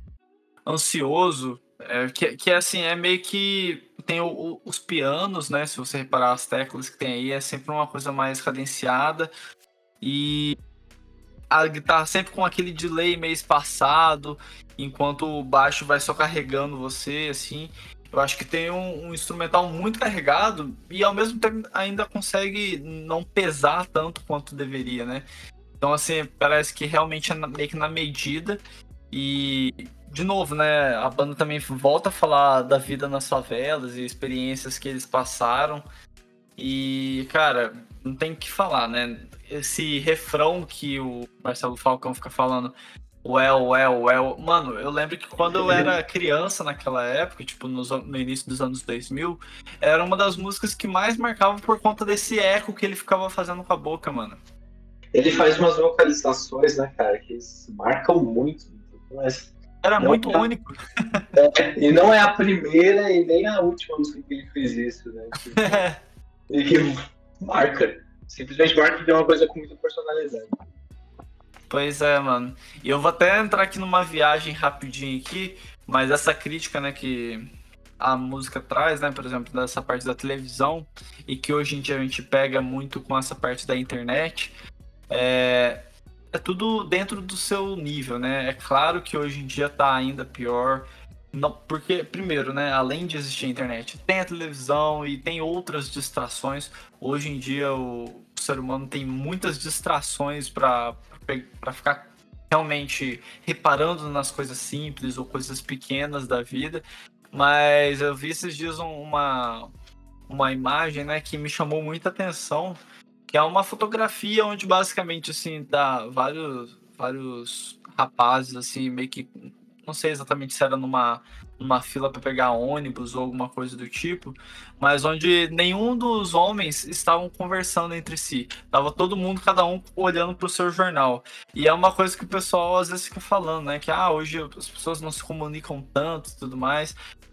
ansioso. É, que, que assim, é meio que tem o, o, os pianos, né? Se você reparar as teclas que tem aí, é sempre uma coisa mais cadenciada e a guitarra sempre com aquele delay meio espaçado, enquanto o baixo vai só carregando você, assim. Eu acho que tem um, um instrumental muito carregado e ao mesmo tempo ainda consegue não pesar tanto quanto deveria, né? Então, assim, parece que realmente é meio que na medida. E, de novo, né? A banda também volta a falar da vida nas favelas e experiências que eles passaram. E, cara, não tem o que falar, né? Esse refrão que o Marcelo Falcão fica falando, well, well, well. Mano, eu lembro que quando eu era criança naquela época, tipo, nos, no início dos anos dois mil, era uma das músicas que mais marcavam por conta desse eco que ele ficava fazendo com a boca, mano. Ele faz umas vocalizações, né, cara, que marcam muito. Mas Era não muito é, único. é, e não é a primeira e nem a última música que ele fez isso, né? Tipo, e que marca. Simplesmente marca de uma coisa com muita personalidade. Pois é, mano. E eu vou até entrar aqui numa viagem rapidinho aqui, mas essa crítica, né, que a música traz, né, por exemplo, dessa parte da televisão, e que hoje em dia a gente pega muito com essa parte da internet, é, é tudo dentro do seu nível, né? É claro que hoje em dia tá ainda pior, não, porque, primeiro, né, além de existir a internet, tem a televisão e tem outras distrações. Hoje em dia o, o ser humano tem muitas distrações para para ficar realmente reparando nas coisas simples ou coisas pequenas da vida. Mas eu vi esses dias uma, uma imagem, né, que me chamou muita atenção, que é uma fotografia onde basicamente assim tá vários vários rapazes assim meio que não sei exatamente se era numa numa fila para pegar ônibus ou alguma coisa do tipo, mas onde nenhum dos homens estavam conversando entre si. Tava todo mundo, cada um olhando pro seu jornal. E é uma coisa que o pessoal às vezes fica falando, né, que ah, hoje as pessoas não se comunicam tanto e tudo mais.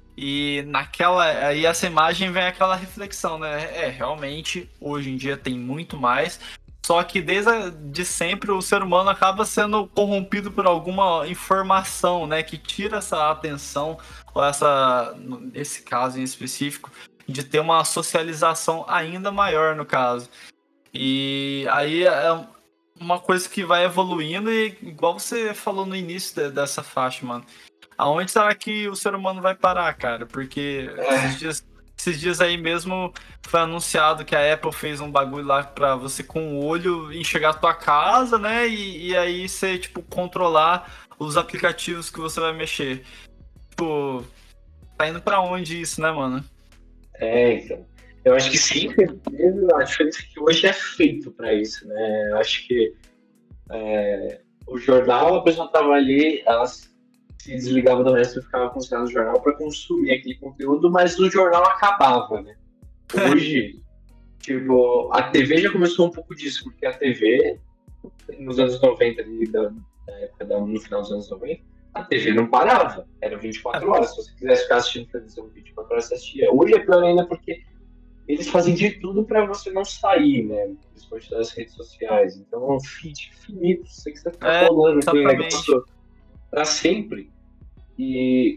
E naquela. Aí essa imagem vem aquela reflexão, né? É, realmente, hoje em dia tem muito mais. Só que desde a, de sempre o ser humano acaba sendo corrompido por alguma informação, né? Que tira essa atenção, ou essa, nesse caso em específico, de ter uma socialização ainda maior no caso. E aí é uma coisa que vai evoluindo e igual você falou no início de, dessa faixa, mano. Aonde será que o ser humano vai parar, cara? Porque esses dias, esses dias aí mesmo foi anunciado que a Apple fez um bagulho lá pra você com o olho enxergar a tua casa, né? E, e aí você, tipo, controlar os aplicativos que você vai mexer. Tipo, tá indo pra onde isso, né, mano? É, então. Eu acho que sim, a diferença é que hoje é feito para isso, né? Eu acho que é, o jornal, a pessoa estava ali, ela se desligava do resto e ficava concentrada no jornal para consumir aquele conteúdo, mas o jornal acabava, né? Hoje, tipo, a T V já começou um pouco disso, porque a T V, nos anos noventa, ali, da, da época, da, no final dos anos noventa, a T V não parava, era vinte e quatro horas. Se você quisesse ficar assistindo televisão vinte e quatro horas, você assistia. Hoje é pior ainda porque eles fazem de tudo para você não sair, né? Principalmente das redes sociais. Então é um feed infinito, você que você ficar É, rolando aquele exatamente. negócio para sempre. E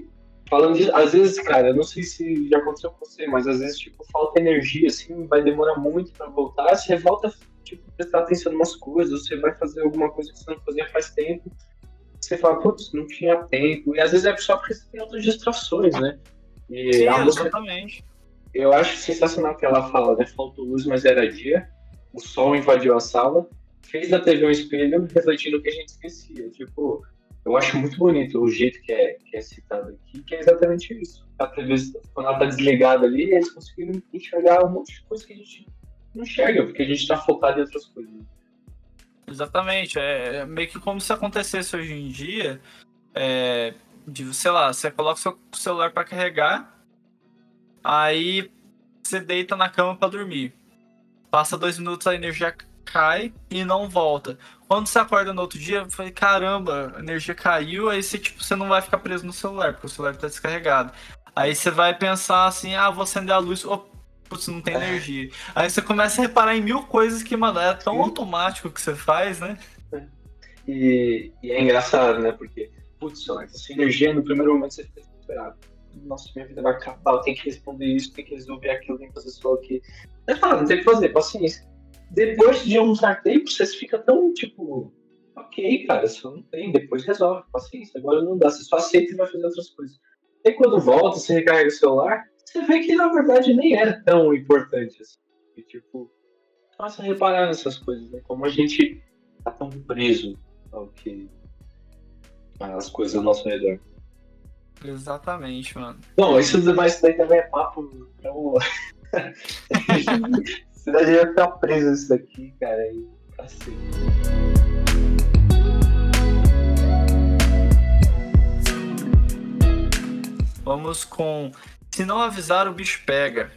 Falando disso, às vezes, cara, eu não sei se já aconteceu com você, mas às vezes, tipo, falta energia, assim, vai demorar muito pra voltar, você volta, tipo, prestar atenção em umas coisas, você vai fazer alguma coisa que você não fazia faz tempo, você fala, putz, não tinha tempo, e às vezes é só porque você tem outras distrações, né? E Sim, a música, exatamente. eu acho sensacional que ela fala, né? Faltou luz, mas era dia, o sol invadiu a sala, fez da T V um espelho, refletindo o que a gente esquecia. Tipo, eu acho muito bonito o jeito que é, que é citado aqui, que é exatamente isso. A T V, quando ela tá desligada ali, eles conseguiram enxergar um monte de coisa que a gente não enxerga, porque a gente tá focado em outras coisas. Exatamente. É, é meio que como se acontecesse hoje em dia, é, de, sei lá, você coloca o seu celular para carregar, aí você deita na cama para dormir. Passa dois minutos, a energia cai e não volta. Quando você acorda no outro dia, eu falei, caramba, a energia caiu, aí você, tipo, você não vai ficar preso no celular, porque o celular tá descarregado. Aí você vai pensar assim, ah, vou acender a luz, oh, putz, não tem É, energia. Aí você começa a reparar em mil coisas que, mano, é tão sim. automático que você faz, né? E, e é engraçado, né? Porque, putz, essa energia, no primeiro momento você fica desesperado. Nossa, minha vida vai acabar, eu tenho que responder isso, tenho que resolver aquilo, tenho que fazer só aqui. É fala, não tem o que fazer, paciência. Depois de um certo tempo, você fica tão, tipo, ok, cara, só não tem, depois resolve, paciência, agora não dá, você só aceita e vai fazer outras coisas. E quando volta, você recarrega o celular, você vê que na verdade nem era tão importante assim. E, tipo, faça reparar nessas coisas, né? Como a gente tá tão preso ao que as coisas ao nosso redor. Exatamente, mano. Bom, isso mais daí também é papo pra um... Senão a gente vai ficar preso nisso daqui, cara, e assim. Vamos com Se Não Avisar, o Bicho Pega.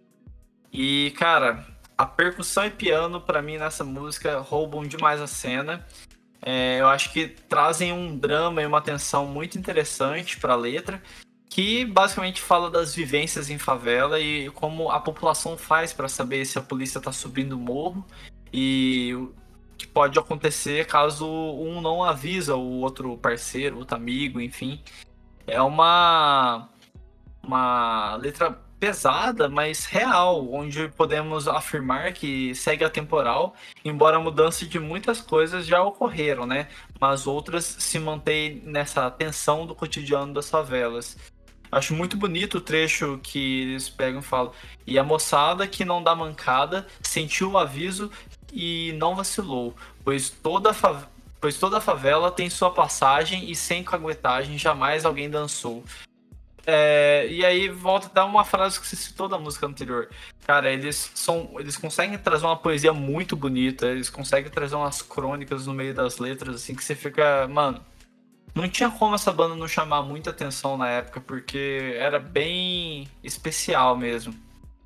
E, cara, a percussão e piano, pra mim, nessa música, roubam demais a cena. É, eu acho que trazem um drama e uma tensão muito interessante pra letra, que basicamente fala das vivências em favela e como a população faz pra saber se a polícia tá subindo o morro e o que pode acontecer caso um não avisa o outro parceiro, outro amigo, enfim. É uma uma letra pesada, mas real, onde podemos afirmar que segue atemporal, embora a mudança de muitas coisas já ocorreram, né? Mas outras se mantêm nessa tensão do cotidiano das favelas. Acho muito bonito o trecho que eles pegam e falam. E a moçada que não dá mancada sentiu o aviso e não vacilou, pois toda fa... pois toda favela tem sua passagem e sem caguetagem jamais alguém dançou. É, e aí volta a dar uma frase que você citou da música anterior. Cara, eles são. Eles conseguem trazer uma poesia muito bonita, eles conseguem trazer umas crônicas no meio das letras, assim, que você fica. Mano, não tinha como essa banda não chamar muita atenção na época, porque era bem especial mesmo.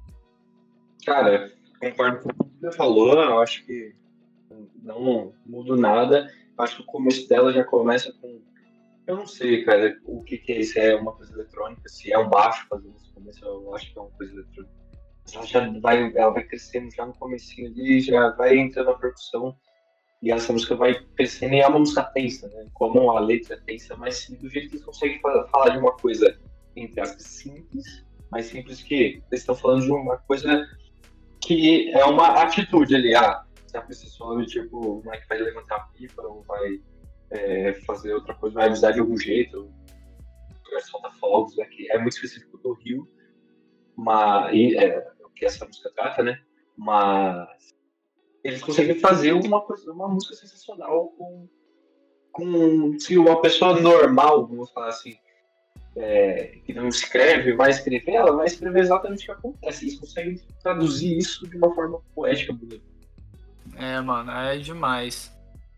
Cara, concordo com o que você falou, eu acho que não mudo nada. Acho que o começo dela já começa com. Eu não sei, cara, o que, que é isso? É uma coisa eletrônica? Se é um baixo fazendo esse começo, eu acho que é uma coisa eletrônica. Mas ela já vai, ela vai crescendo já no comecinho ali, já vai entrando na percussão. E essa música vai crescendo e é uma música tensa, né? Como a letra é tensa, mas sim, do jeito que eles conseguem falar de uma coisa, entre aspas, simples, mais simples que eles estão falando de uma coisa que é uma atitude ali. Ah, se a pessoa sobe, tipo, como é que vai levantar a pipa ou vai é, fazer outra coisa, vai avisar de algum jeito, vai soltar fogos, né? Que é muito específico do Rio, mas, e, é, o que essa música trata, né? Mas eles conseguem fazer uma coisa, uma música sensacional com, com se uma pessoa normal, vamos falar assim, é, que não escreve, vai escrever, ela vai escrever exatamente o que acontece. Eles conseguem traduzir isso de uma forma poética, bonita. É, mano, é demais.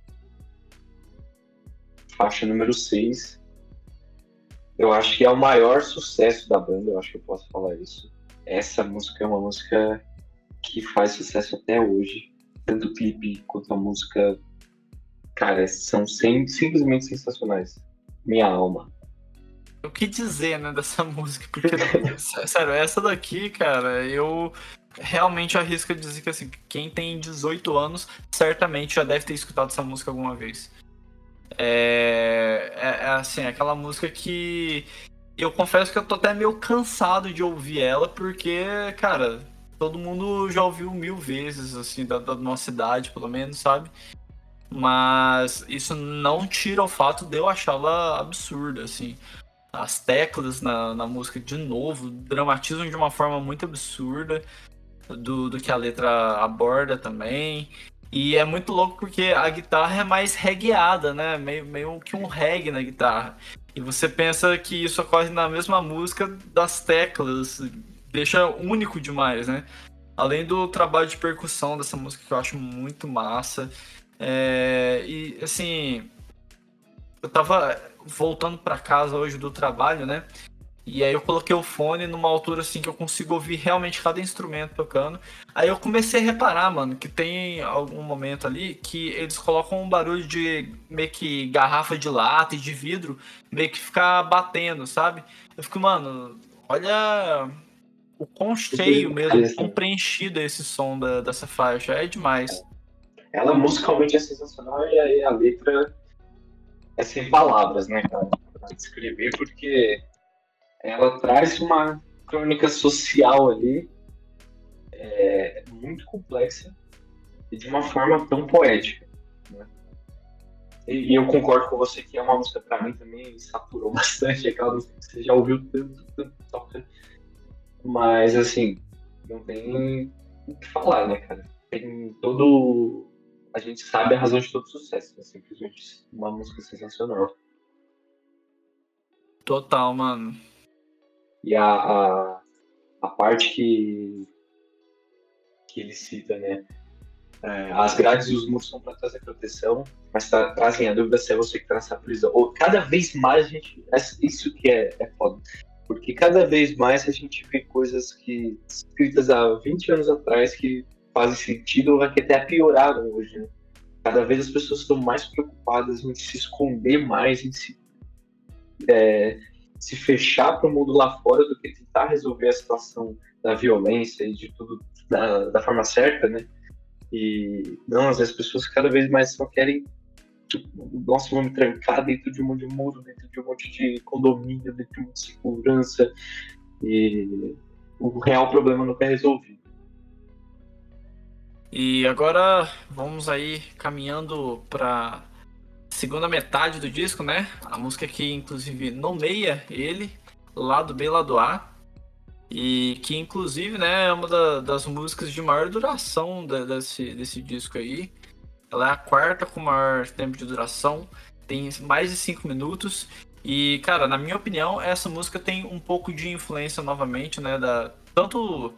Faixa número seis, eu acho que é o maior sucesso da banda, eu acho que eu posso falar isso. Essa música é uma música que faz sucesso até hoje, tanto o clipe quanto a música, cara, são sem, simplesmente sensacionais. Minha alma. O que dizer, né, dessa música? Porque, sério, essa daqui, cara, eu realmente arrisco dizer que, assim, quem tem dezoito anos certamente já deve ter escutado essa música alguma vez. É, é, é assim, aquela música que eu confesso que eu tô até meio cansado de ouvir ela, porque, cara, todo mundo já ouviu mil vezes, assim, da, da nossa idade, pelo menos, sabe? Mas isso não tira o fato de eu achá-la absurda, assim. As teclas na, na música, de novo, dramatizam de uma forma muito absurda do, do que a letra aborda também. E é muito louco porque a guitarra é mais regueada, né? Meio, meio que um reggae na guitarra. E você pensa que isso ocorre na mesma música das teclas, deixa único demais, né? Além do trabalho de percussão dessa música que eu acho muito massa. É, e assim, eu tava voltando pra casa hoje do trabalho, né? E aí eu coloquei o fone numa altura assim que eu consigo ouvir realmente cada instrumento tocando. Aí eu comecei a reparar, mano, que tem algum momento ali que eles colocam um barulho de meio que garrafa de lata e de vidro, meio que ficar batendo, sabe? Eu fico, mano, olha o quão cheio mesmo, quão preenchido é esse som da, dessa faixa. É demais. Ela musicalmente é sensacional e aí a letra é sem palavras, né, cara, pra descrever, porque ela traz uma crônica social ali é, muito complexa e de uma forma tão poética, né? E, e eu concordo com você que é uma música, pra mim, também saturou bastante, aquela música que você já ouviu tanto, tanto, tanto, mas, assim, não tem o que falar, né, cara? Tem todo... A gente sabe a razão de todo sucesso, é simplesmente uma música sensacional. Total, mano. E a, a, a parte que, que ele cita, né? É, as grades e os muros são para trazer proteção, mas tra trazem a dúvida se é você que está nessa prisão. Ou cada vez mais a gente. Isso que é, é foda. Porque cada vez mais a gente vê coisas que escritas há vinte anos atrás que fazem sentido ou que até pioraram hoje, né? Cada vez as pessoas estão mais preocupadas em se esconder mais, em se, é, se fechar para o mundo lá fora do que tentar resolver a situação da violência e de tudo da, da forma certa, né? E não, às vezes as pessoas cada vez mais só querem, tipo, nossa, vou me trancar dentro de um monte de muro, dentro de um monte de condomínio, dentro de um monte de segurança. E o real problema nunca é resolvido. E agora vamos aí caminhando para segunda metade do disco, né? A música que inclusive nomeia ele, lado B, lado A. E que inclusive, né, é uma da, das músicas de maior duração da, desse, desse disco aí. Ela é a quarta com maior tempo de duração, tem mais de cinco minutos. E, cara, na minha opinião, essa música tem um pouco de influência novamente, né, da, tanto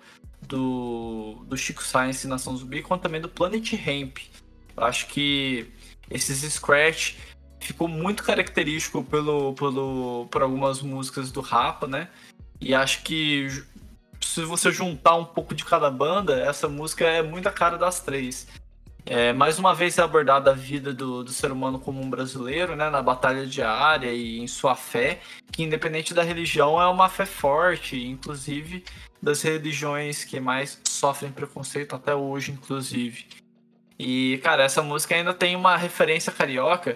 do, do Chico Science e Nação Zumbi, quanto também do Planet Hemp. Eu acho que esses scratch ficou muito característico pelo, pelo, por algumas músicas do Rapa, né? E acho que se você juntar um pouco de cada banda, essa música é muito a cara das três. É, mais uma vez é abordada a vida do, do ser humano como um brasileiro, né, na batalha diária e em sua fé, que independente da religião é uma fé forte, inclusive das religiões que mais sofrem preconceito até hoje, inclusive. E, cara, essa música ainda tem uma referência carioca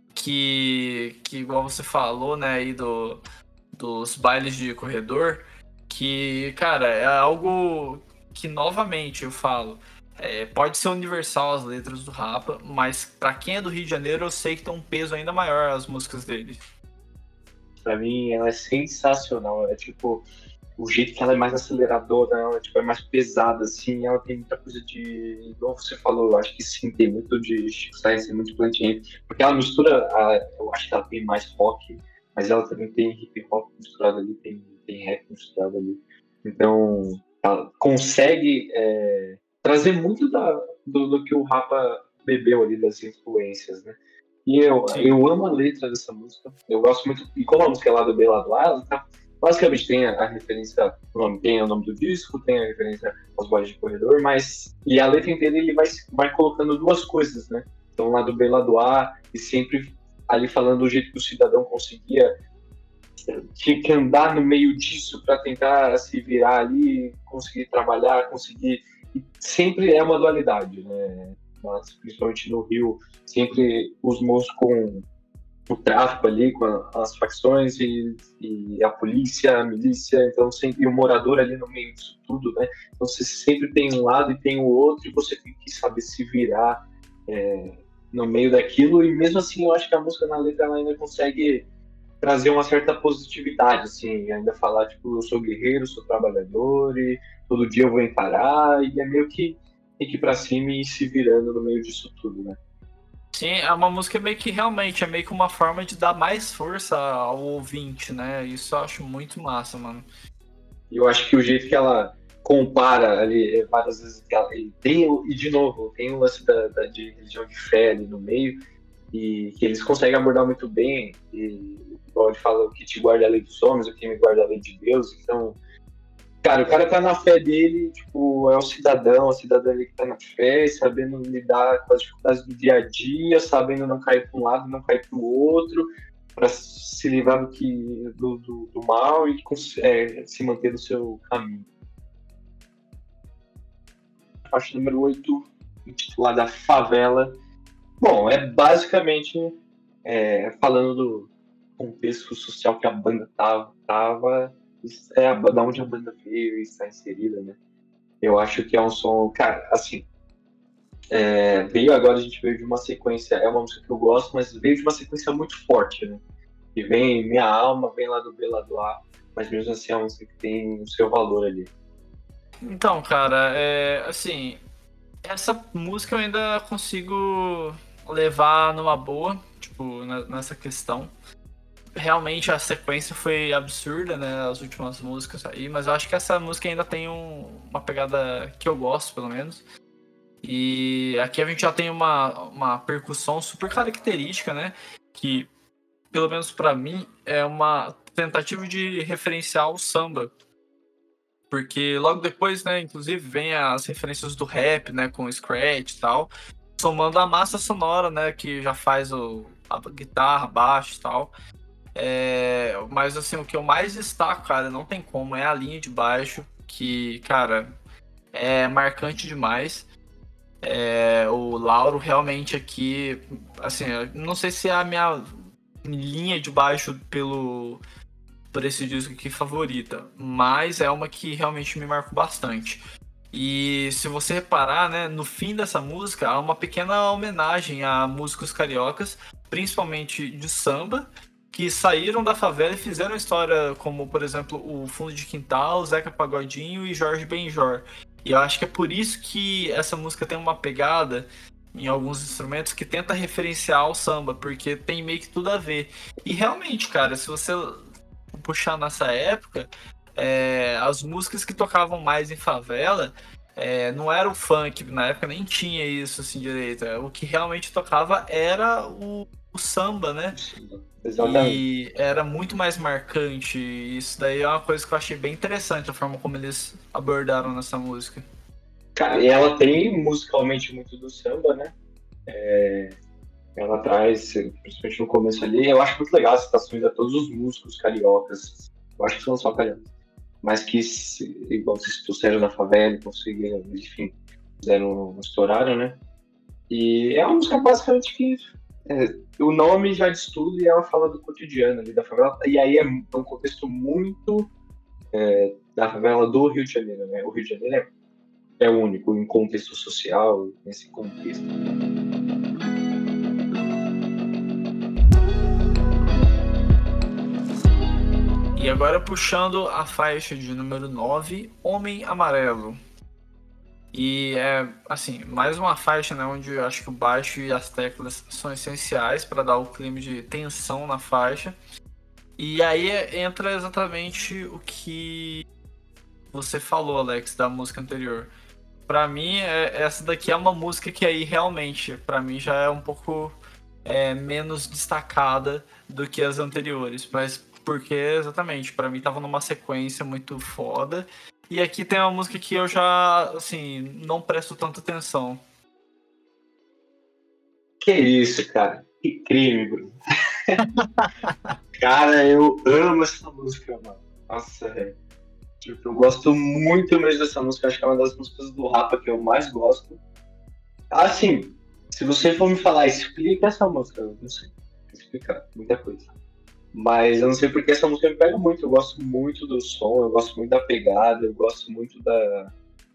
que, que igual você falou, né, aí do, dos bailes de corredor, que, cara, é algo que, novamente, eu falo, é, pode ser universal as letras do Rapa, mas pra quem é do Rio de Janeiro, eu sei que tem um peso ainda maior as músicas dele. Pra mim, ela é sensacional. É tipo, o jeito que ela é mais aceleradora, ela tipo, é mais pesada, assim. Ela tem muita coisa de. Igual você falou, eu acho que sim, tem muito de Chico Science e muito Plant Ramp. Porque ela mistura, a, eu acho que ela tem mais rock, mas ela também tem hip hop misturado ali, tem, tem rap misturado ali. Então, ela consegue é, trazer muito da, do, do que o Rapa bebeu ali, das influências, né? E eu, Sim. eu amo a letra dessa música. Eu gosto muito. E como a música é lá do B, lá do A, ela tá, basicamente tem a, a referência. O nome, tem o nome do disco, tem a referência aos boys de corredor, mas. E a letra inteira ele vai, vai colocando duas coisas, né? Então lá do B, lá do A, e sempre ali falando do jeito que o cidadão conseguia. Tinha que andar no meio disso para tentar se virar ali, conseguir trabalhar, conseguir. E sempre é uma dualidade, né? Mas, principalmente no Rio, sempre os moços com o tráfico ali com a, as facções e, e a polícia, a milícia, então sempre e o morador ali no meio disso tudo, né? Então você sempre tem um lado e tem o outro e você tem que saber se virar é, no meio daquilo e mesmo assim eu acho que a música na letra ela ainda consegue trazer uma certa positividade, assim, ainda falar tipo eu sou guerreiro, sou trabalhador e todo dia eu vou encarar e é meio que tem que ir pra cima e ir se virando no meio disso tudo, né? Sim, é uma música meio que realmente é meio que uma forma de dar mais força ao ouvinte, né? Isso eu acho muito massa, mano. E eu acho que o jeito que ela compara ali é, várias vezes que ela, e tem o- e de novo tem o lance da, da de religião de fé ali no meio e que eles conseguem abordar muito bem e igual ele fala o que te guarda a lei dos homens o que me guarda a lei de Deus então cara o cara tá na fé dele tipo é o cidadão a cidadã ali que tá na fé sabendo lidar com as dificuldades do dia a dia sabendo não cair para um lado não cair para o outro para se livrar do que do, do, do mal e é, se manter no seu caminho. Parte número oito, intitulada Favela. Bom, é basicamente é, falando do contexto social que a banda tava, tava é a, da onde a banda veio e está inserida, né? Eu acho que é um som, cara, assim, é, veio agora, a gente veio de uma sequência, é uma música que eu gosto, mas veio de uma sequência muito forte, né? Que vem Minha Alma, vem lá do B, lá do A, mas mesmo assim é uma música que tem o seu valor ali. Então, cara, é assim, essa música eu ainda consigo levar numa boa, tipo, nessa questão. Realmente a sequência foi absurda, né? As últimas músicas aí, mas eu acho que essa música ainda tem um, uma pegada que eu gosto, pelo menos. E aqui a gente já tem uma, uma percussão super característica, né? Que, pelo menos pra mim, é uma tentativa de referenciar o samba. Porque logo depois, né, inclusive, vem as referências do rap, né, com o scratch e tal, somando a massa sonora, né, que já faz o, a guitarra, baixo e tal. É, mas assim, o que eu mais destaco, cara, não tem como, é a linha de baixo, que, cara, é marcante demais. É, o Lauro realmente aqui, assim, não sei se é a minha linha de baixo pelo por esse disco aqui favorita, mas é uma que realmente me marcou bastante. E se você reparar, né, no fim dessa música há uma pequena homenagem a músicos cariocas, principalmente de samba, que saíram da favela e fizeram história, como por exemplo o Fundo de Quintal, Zeca Pagodinho e Jorge Benjor. E eu acho que é por isso que essa música tem uma pegada em alguns instrumentos que tenta referenciar o samba, porque tem meio que tudo a ver. E realmente, cara, se você puxar nessa época, é, as músicas que tocavam mais em favela é, não era o funk, na época nem tinha isso assim direito. O que realmente tocava era o, o samba, né? Exatamente. E era muito mais marcante. Isso daí é uma coisa que eu achei bem interessante, a forma como eles abordaram nessa música. Cara, e ela tem musicalmente muito do samba, né? É, ela traz, principalmente no começo ali, eu acho muito legal as citações a todos os músicos cariocas. Eu acho que são só cariocas. Mas que, igual vocês trouxeram na favela, conseguiram, enfim, fizeram, estouraram, né? E é uma música basicamente que é, o nome já diz tudo e ela fala do cotidiano ali da favela. E aí é um contexto muito é, da favela do Rio de Janeiro, né? O Rio de Janeiro é, é único em contexto social, nesse contexto. E agora puxando a faixa de número nove, Homem Amarelo. E é, assim, mais uma faixa, né, onde eu acho que o baixo e as teclas são essenciais para dar o clima de tensão na faixa. E aí entra exatamente o que você falou, Alex, da música anterior. Para mim, é, essa daqui é uma música que aí realmente, para mim, já é um pouco é, menos destacada do que as anteriores, mas porque exatamente, para mim tava numa sequência muito foda. E aqui tem uma música que eu já, assim, não presto tanta atenção. Que isso, cara? Que crime, Bruno. Cara, eu amo essa música, mano. Nossa, velho. Tipo, eu gosto muito mesmo dessa música. Acho que é uma das músicas do Rapa que eu mais gosto. Assim, se você for me falar, explica essa música, eu não sei. explicar muita coisa. Mas eu não sei porque essa música me pega muito. Eu gosto muito do som, eu gosto muito da pegada, eu gosto muito da.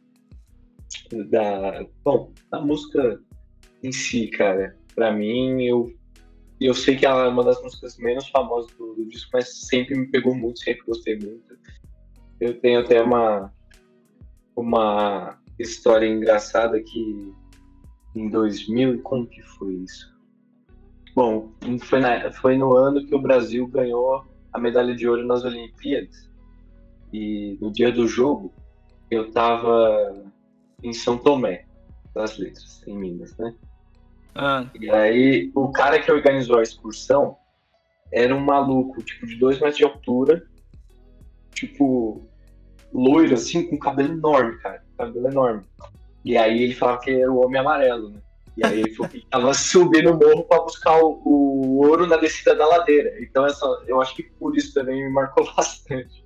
da bom, da música em si, cara. Pra mim, eu, eu sei que ela é uma das músicas menos famosas do, do disco, mas sempre me pegou muito, sempre gostei muito. Eu tenho até uma, uma história engraçada que em dois mil, como que foi isso? Bom, foi, na, foi no ano que o Brasil ganhou a medalha de ouro nas Olimpíadas. E no dia do jogo, eu tava em São Tomé das Letras, em Minas, né? Ah, E aí, o cara que organizou a excursão era um maluco, tipo, de dois metros de altura, tipo, loiro, assim, com cabelo enorme, cara. Cabelo enorme. E aí ele falava que era o Homem Amarelo, né? E aí ele falou que tava subindo o morro para buscar o, o, ouro na descida da ladeira. Então essa, eu acho que por isso também me marcou bastante.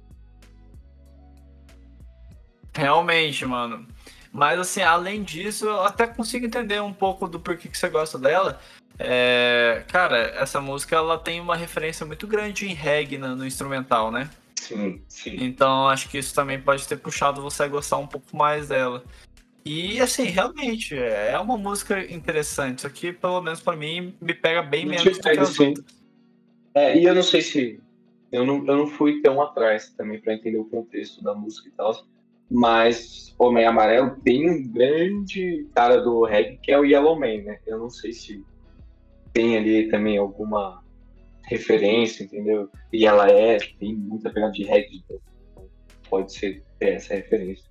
realmente, mano. Mas assim, além disso, eu até consigo entender um pouco do porquê que você gosta dela. É, cara, essa música ela tem uma referência muito grande em reggae no, no instrumental, né? Sim, sim. Então acho que isso também pode ter puxado você a gostar um pouco mais dela. E assim, realmente, é uma música interessante. Isso aqui, pelo menos pra mim, me pega bem Não te menos do que pego, as sim. outras. É, e eu não sei se. Eu não, eu não fui tão atrás também para entender o contexto da música e tal. Mas Homem Amarelo tem um grande cara do reggae que é o Yellowman, né? Eu não sei se tem ali também alguma referência, entendeu? E ela é, tem muita pegada de reggae, então pode ser ter essa referência.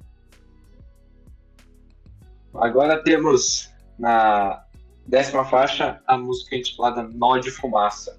Agora temos na décima faixa a música intitulada Nó de Fumaça.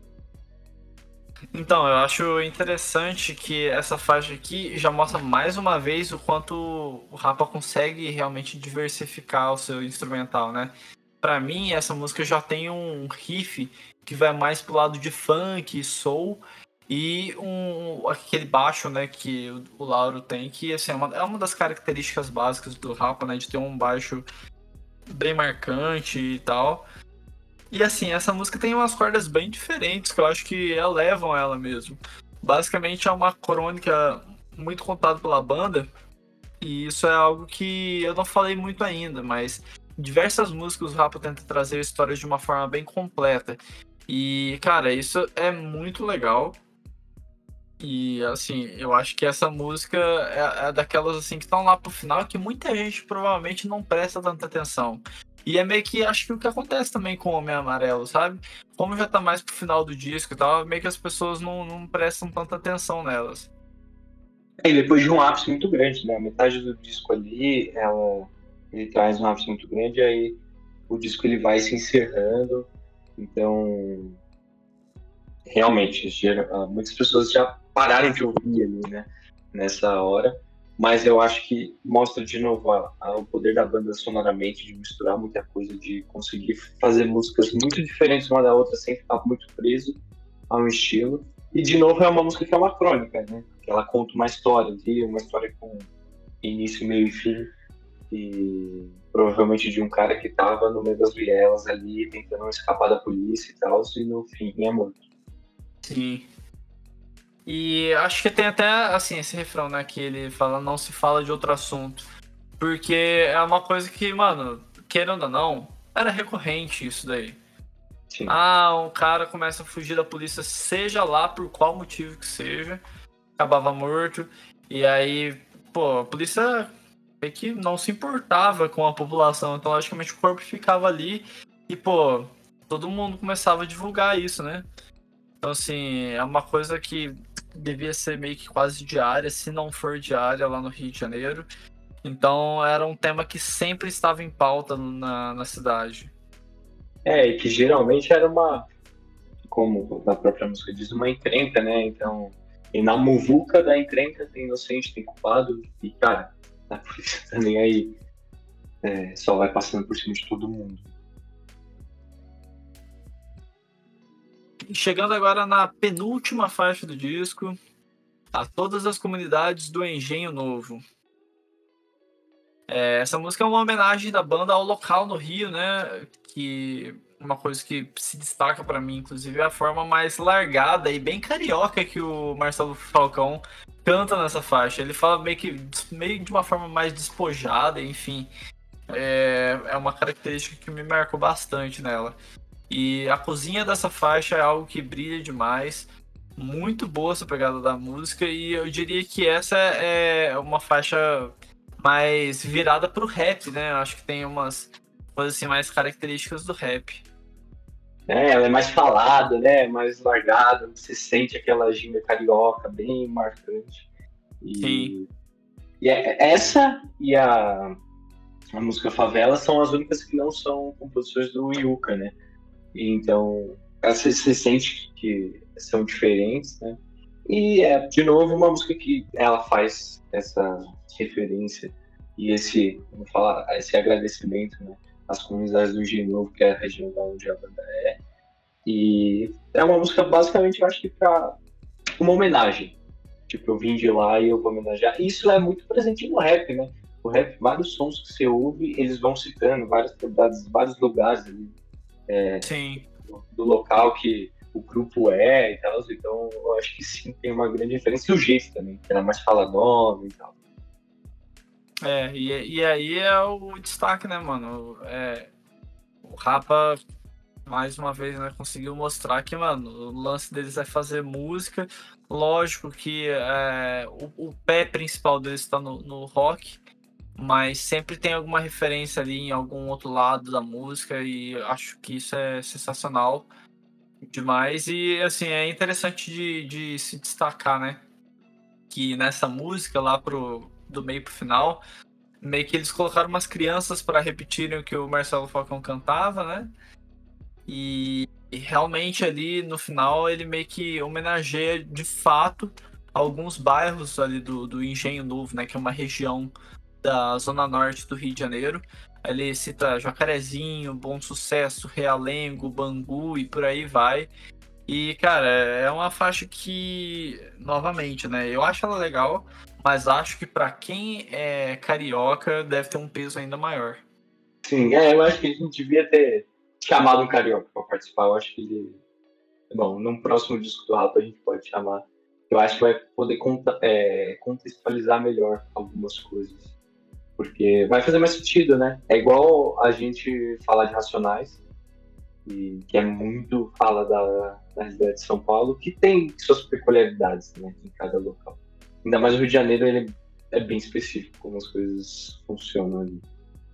Então, eu acho interessante que essa faixa aqui já mostra mais uma vez o quanto o Rapa consegue realmente diversificar o seu instrumental, né? Pra mim, essa música já tem um riff que vai mais pro lado de funk, soul e um, aquele baixo, né, que o, o Lauro tem, que assim, é, uma, é uma das características básicas do Rapa, né, de ter um baixo bem marcante e tal. E assim, essa música tem umas cordas bem diferentes que eu acho que elevam ela mesmo. Basicamente é uma crônica muito contada pela banda, e isso é algo que eu não falei muito ainda, mas diversas músicas o Rapa tenta trazer histórias de uma forma bem completa. E, cara, isso é muito legal. E assim, eu acho que essa música é, é daquelas assim que estão lá pro final que muita gente provavelmente não presta tanta atenção. E é meio que acho que o que acontece também com o Homem Amarelo, sabe? Como já tá mais pro final do disco e tal, meio que as pessoas não, não prestam tanta atenção nelas. E depois de um ápice muito grande, né? A metade do disco ali, ela, ele traz um ápice muito grande, e aí o disco ele vai se encerrando. Então, realmente, gera- muitas pessoas já pararam de ouvir ali, né? Nessa hora. Mas eu acho que mostra de novo a, a, o poder da banda sonoramente, de misturar muita coisa, de conseguir fazer músicas muito diferentes uma da outra sem ficar muito preso a um estilo. E de novo é uma música que é uma crônica, né? Que ela conta uma história ali, uma história com início, meio e fim. E provavelmente de um cara que estava no meio das vielas ali, tentando escapar da polícia e tal, e no fim é morto. Sim. E acho que tem até assim esse refrão, né, que ele fala não se fala de outro assunto, porque é uma coisa que, mano, querendo ou não, era recorrente isso daí. Sim. Ah, um cara começa a fugir da polícia, seja lá por qual motivo que seja, acabava morto. E aí, pô, a polícia meio que não se importava com a população, então logicamente o corpo ficava ali e, pô, todo mundo começava a divulgar isso, né? Então, assim, é uma coisa que devia ser meio que quase diária, se não for diária lá no Rio de Janeiro. Então, era um tema que sempre estava em pauta na, na cidade. É, e que geralmente era uma, como a própria música diz, uma encrenca, né? Então, e na muvuca da encrenca tem inocente, tem culpado, e cara, a polícia tá nem aí. É, só vai passando por cima de todo mundo. Chegando agora na penúltima faixa do disco, a todas as comunidades do Engenho Novo. É, essa música é uma homenagem da banda ao local no Rio, né? Que uma coisa que se destaca pra mim, inclusive, é a forma mais largada e bem carioca que o Marcelo Falcão canta nessa faixa. Ele fala meio que meio de uma forma mais despojada, enfim. É, é uma característica que me marcou bastante nela. E a cozinha dessa faixa é algo que brilha demais. Muito boa essa pegada da música. E eu diria que essa é uma faixa mais virada pro rap, né? Eu acho que tem umas coisas assim mais características do rap. É, ela é mais falada, né? Mais largada, você sente aquela ginga carioca bem marcante. Sim, E, e é- essa e a, a música Favela são as únicas que não são composições do Yuka, né? E então, você, você sente que são diferentes, né? E é, de novo, uma música que ela faz essa referência e esse, vamos falar, esse agradecimento, né? Às comunidades do Engenho Novo, que é a região da onde a banda é. E é uma música basicamente, eu acho que pra uma homenagem. Tipo, eu vim de lá e eu vou homenagear. E isso é muito presente no rap, né? O rap, vários sons que você ouve, eles vão citando várias cidades, vários lugares ali sim. do, do local que o grupo é e tal. Então, eu acho que sim, tem uma grande diferença. E o jeito também, que era mais faladona e tal. É, e, e aí é o destaque, né, mano? É, o Rapa, mais uma vez, né, conseguiu mostrar que, mano, o lance deles é fazer música. Lógico que é, o, o pé principal deles está no, no rock, mas sempre tem alguma referência ali em algum outro lado da música, e acho que isso é sensacional demais. E, assim, é interessante de, de se destacar, né? Que nessa música, lá pro, do meio pro final, meio que eles colocaram umas crianças para repetirem o que o Marcelo Falcão cantava, né? E, e realmente ali no final ele meio que homenageia de fato alguns bairros ali do, do Engenho Novo, né? Que é uma região da zona norte do Rio de Janeiro. Ele cita Jacarezinho, Bom Sucesso, Realengo, Bangu e por aí vai. E, cara, é uma faixa que, novamente, né? Eu acho ela legal, mas acho que pra quem é carioca deve ter um peso ainda maior. Sim, é, eu acho que a gente devia ter chamado um carioca para participar. Eu acho que ele. Bom, num próximo disco do Rapa a gente pode chamar. Eu acho que vai poder conta, é, contextualizar melhor algumas coisas. Porque vai fazer mais sentido, né? É igual a gente falar de Racionais, e, que é muito fala da, da realidade de São Paulo, que tem suas peculiaridades, né, em cada local. Ainda mais o Rio de Janeiro, ele é bem específico como as coisas funcionam ali.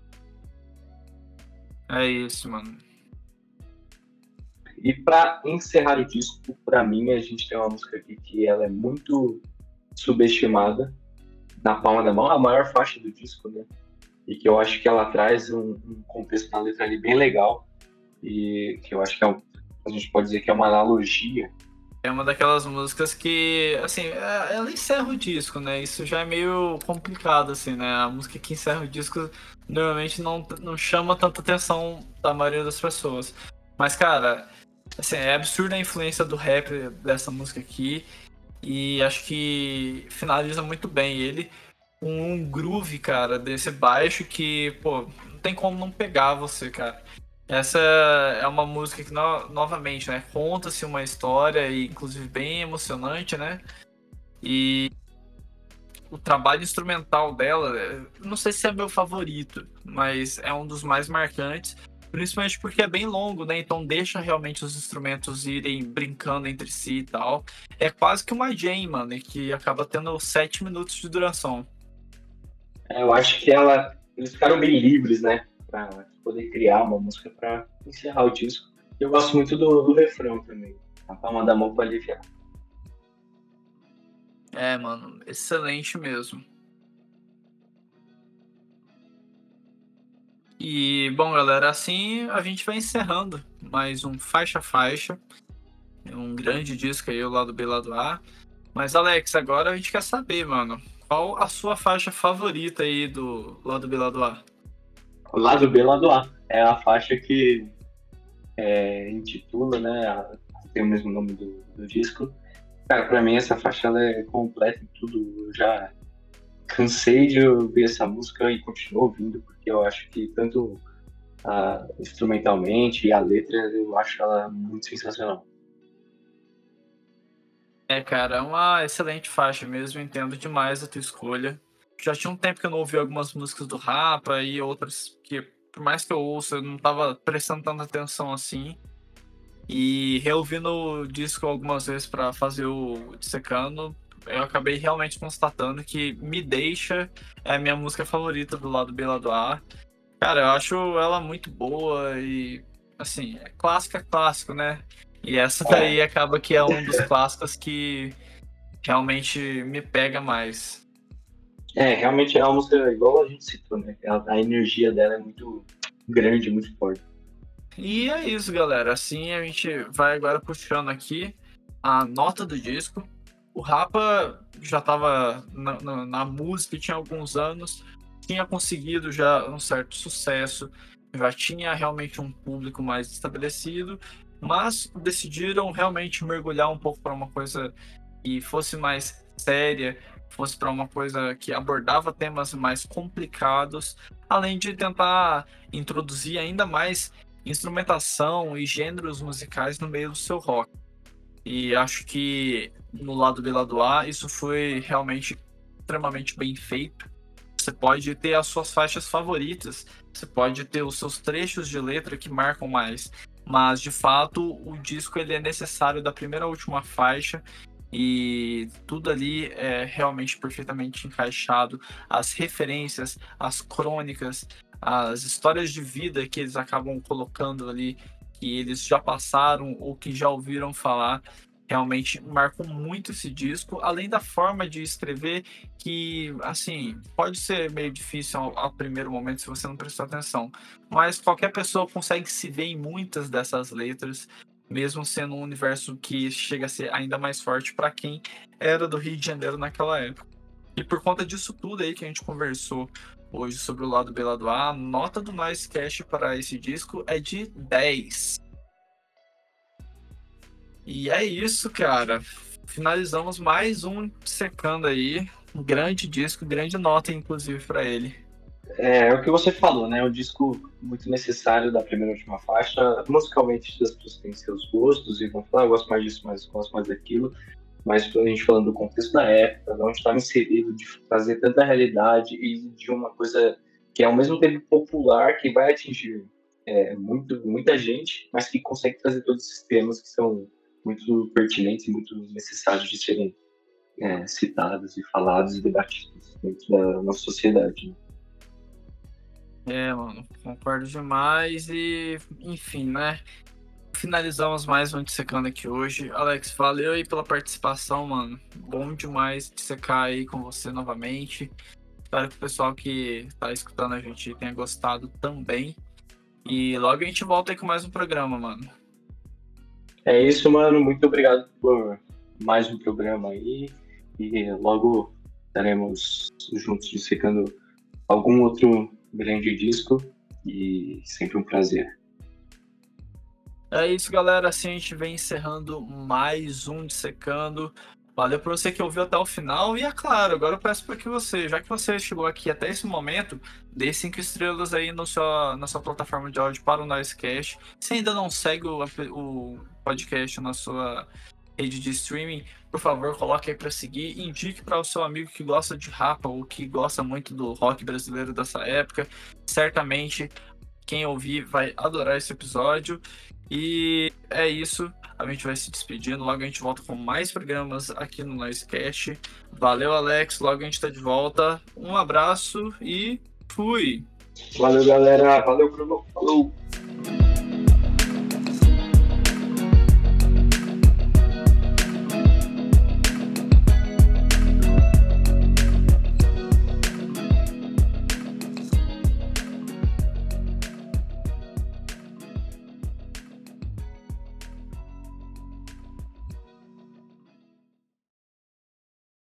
É isso, mano. E para encerrar o disco, para mim, a gente tem uma música aqui que ela é muito subestimada, Na Palma da Mão, a maior faixa do disco, né? E que eu acho que ela traz um, um contexto na letra ali bem legal, e que eu acho que é um, a gente pode dizer que é uma analogia. É uma daquelas músicas que, assim, é- ela encerra o disco, né? Isso já é meio complicado, assim, né? A música que encerra o disco normalmente não, não chama tanta atenção da maioria das pessoas. Mas, cara, assim, é absurda a influência do rap dessa música aqui. E acho que finaliza muito bem ele com um groove, cara, desse baixo que, pô, não tem como não pegar você, cara. Essa é uma música que, no- novamente, né, conta-se uma história, e inclusive bem emocionante, né? E o trabalho instrumental dela, é, não sei se é meu favorito, mas é um dos mais marcantes, principalmente porque é bem longo, né? Então deixa realmente os instrumentos irem brincando entre si e tal. É quase que uma jam, mano, e que acaba tendo sete minutos de duração. É, eu acho que ela, eles ficaram bem livres, né, para poder criar uma música para encerrar o disco. Eu gosto muito do, do refrão também, A Palma da Mão para aliviar. É, mano, excelente mesmo. E, bom, galera, assim a gente vai encerrando mais um Faixa Faixa, um grande disco aí, o lado B, lado A. Mas, Alex, agora a gente quer saber, mano, qual a sua faixa favorita aí do lado B, lado A? Lado B, lado A. É a faixa que é, intitula, né, a, tem o mesmo nome do, do disco. Cara, pra mim essa faixa ela é completa em tudo. Eu já cansei de ouvir essa música e continuo ouvindo, porque eu acho que tanto a, instrumentalmente, e a letra eu acho ela muito sensacional. É, cara, é uma excelente faixa mesmo, entendo demais a tua escolha. Já tinha um tempo que eu não ouvi algumas músicas do Rapa e outras que, por mais que eu ouça, eu não tava prestando tanta atenção assim. E reouvindo o disco algumas vezes para fazer o Dissecando, eu acabei realmente constatando que Me Deixa é a minha música favorita do lado B e lado A. Cara, eu acho ela muito boa e, assim, é clássica, clássico, né? E essa É, daí acaba que é um dos clássicos que realmente me pega mais. é, realmente é uma música igual a gente citou, né? A, a energia dela é muito grande, muito forte. E é isso, galera. Assim a gente vai agora puxando aqui a nota do disco. O Rapa já estava na, na, na música, tinha alguns anos, tinha conseguido já um certo sucesso, já tinha realmente um público mais estabelecido, mas decidiram realmente mergulhar um pouco para uma coisa que fosse mais séria, fosse para uma coisa que abordava temas mais complicados, além de tentar introduzir ainda mais instrumentação e gêneros musicais no meio do seu rock. E acho que no lado B e lado A isso foi realmente extremamente bem feito. Você pode ter as suas faixas favoritas, você pode ter os seus trechos de letra que marcam mais, mas de fato o disco ele é necessário da primeira à última faixa e tudo ali é realmente perfeitamente encaixado. As referências, as crônicas, as histórias de vida que eles acabam colocando ali, que eles já passaram ou que já ouviram falar, realmente marcam muito esse disco, além da forma de escrever que, assim, pode ser meio difícil ao, ao primeiro momento se você não prestou atenção, mas qualquer pessoa consegue se ver em muitas dessas letras, mesmo sendo um universo que chega a ser ainda mais forte para quem era do Rio de Janeiro naquela época. E por conta disso tudo aí que a gente conversou hoje sobre o lado B e lado A, a nota do Noisecast para esse disco é de dez. E é isso, cara. Finalizamos mais um secando aí. Um grande disco, grande nota, inclusive, para ele. É, é o que você falou, né? É um disco muito necessário da primeira e última faixa. Musicalmente, as pessoas têm seus gostos e vão falar, ah, eu gosto mais disso, mas eu gosto mais daquilo. Mas a gente falando do contexto da época, de onde estava inserido, de trazer tanta realidade e de uma coisa que é ao mesmo tempo popular, que vai atingir é, muito, muita gente, mas que consegue trazer todos esses temas que são muito pertinentes e muito necessários de serem é, citados e falados e debatidos dentro da nossa sociedade, né? É, mano, concordo demais e, enfim, né? Finalizamos mais um Dissecando aqui hoje. Alex, valeu aí pela participação, mano. Bom demais dissecar aí com você novamente. Espero que o pessoal que tá escutando a gente tenha gostado também. E logo a gente volta aí com mais um programa, mano. É isso, mano. Muito obrigado por mais um programa aí. E logo estaremos juntos dissecando algum outro grande disco. E sempre um prazer. É isso, galera. Assim a gente vem encerrando mais um Dissecando. Valeu por você que ouviu até o final. E é claro, agora eu peço para que você, já que você chegou aqui até esse momento, dê cinco estrelas aí no seu, na sua plataforma de áudio para o Noisecast. Se ainda não segue o, o podcast na sua rede de streaming, por favor, coloque aí para seguir. Indique para o seu amigo que gosta de rapa ou que gosta muito do rock brasileiro dessa época. Certamente quem ouvir vai adorar esse episódio. E é isso. A gente vai se despedindo. Logo a gente volta com mais programas aqui no Noisecast. Valeu, Alex. Logo a gente tá de volta. Um abraço e fui! Valeu, galera. Valeu, Bruno. Falou.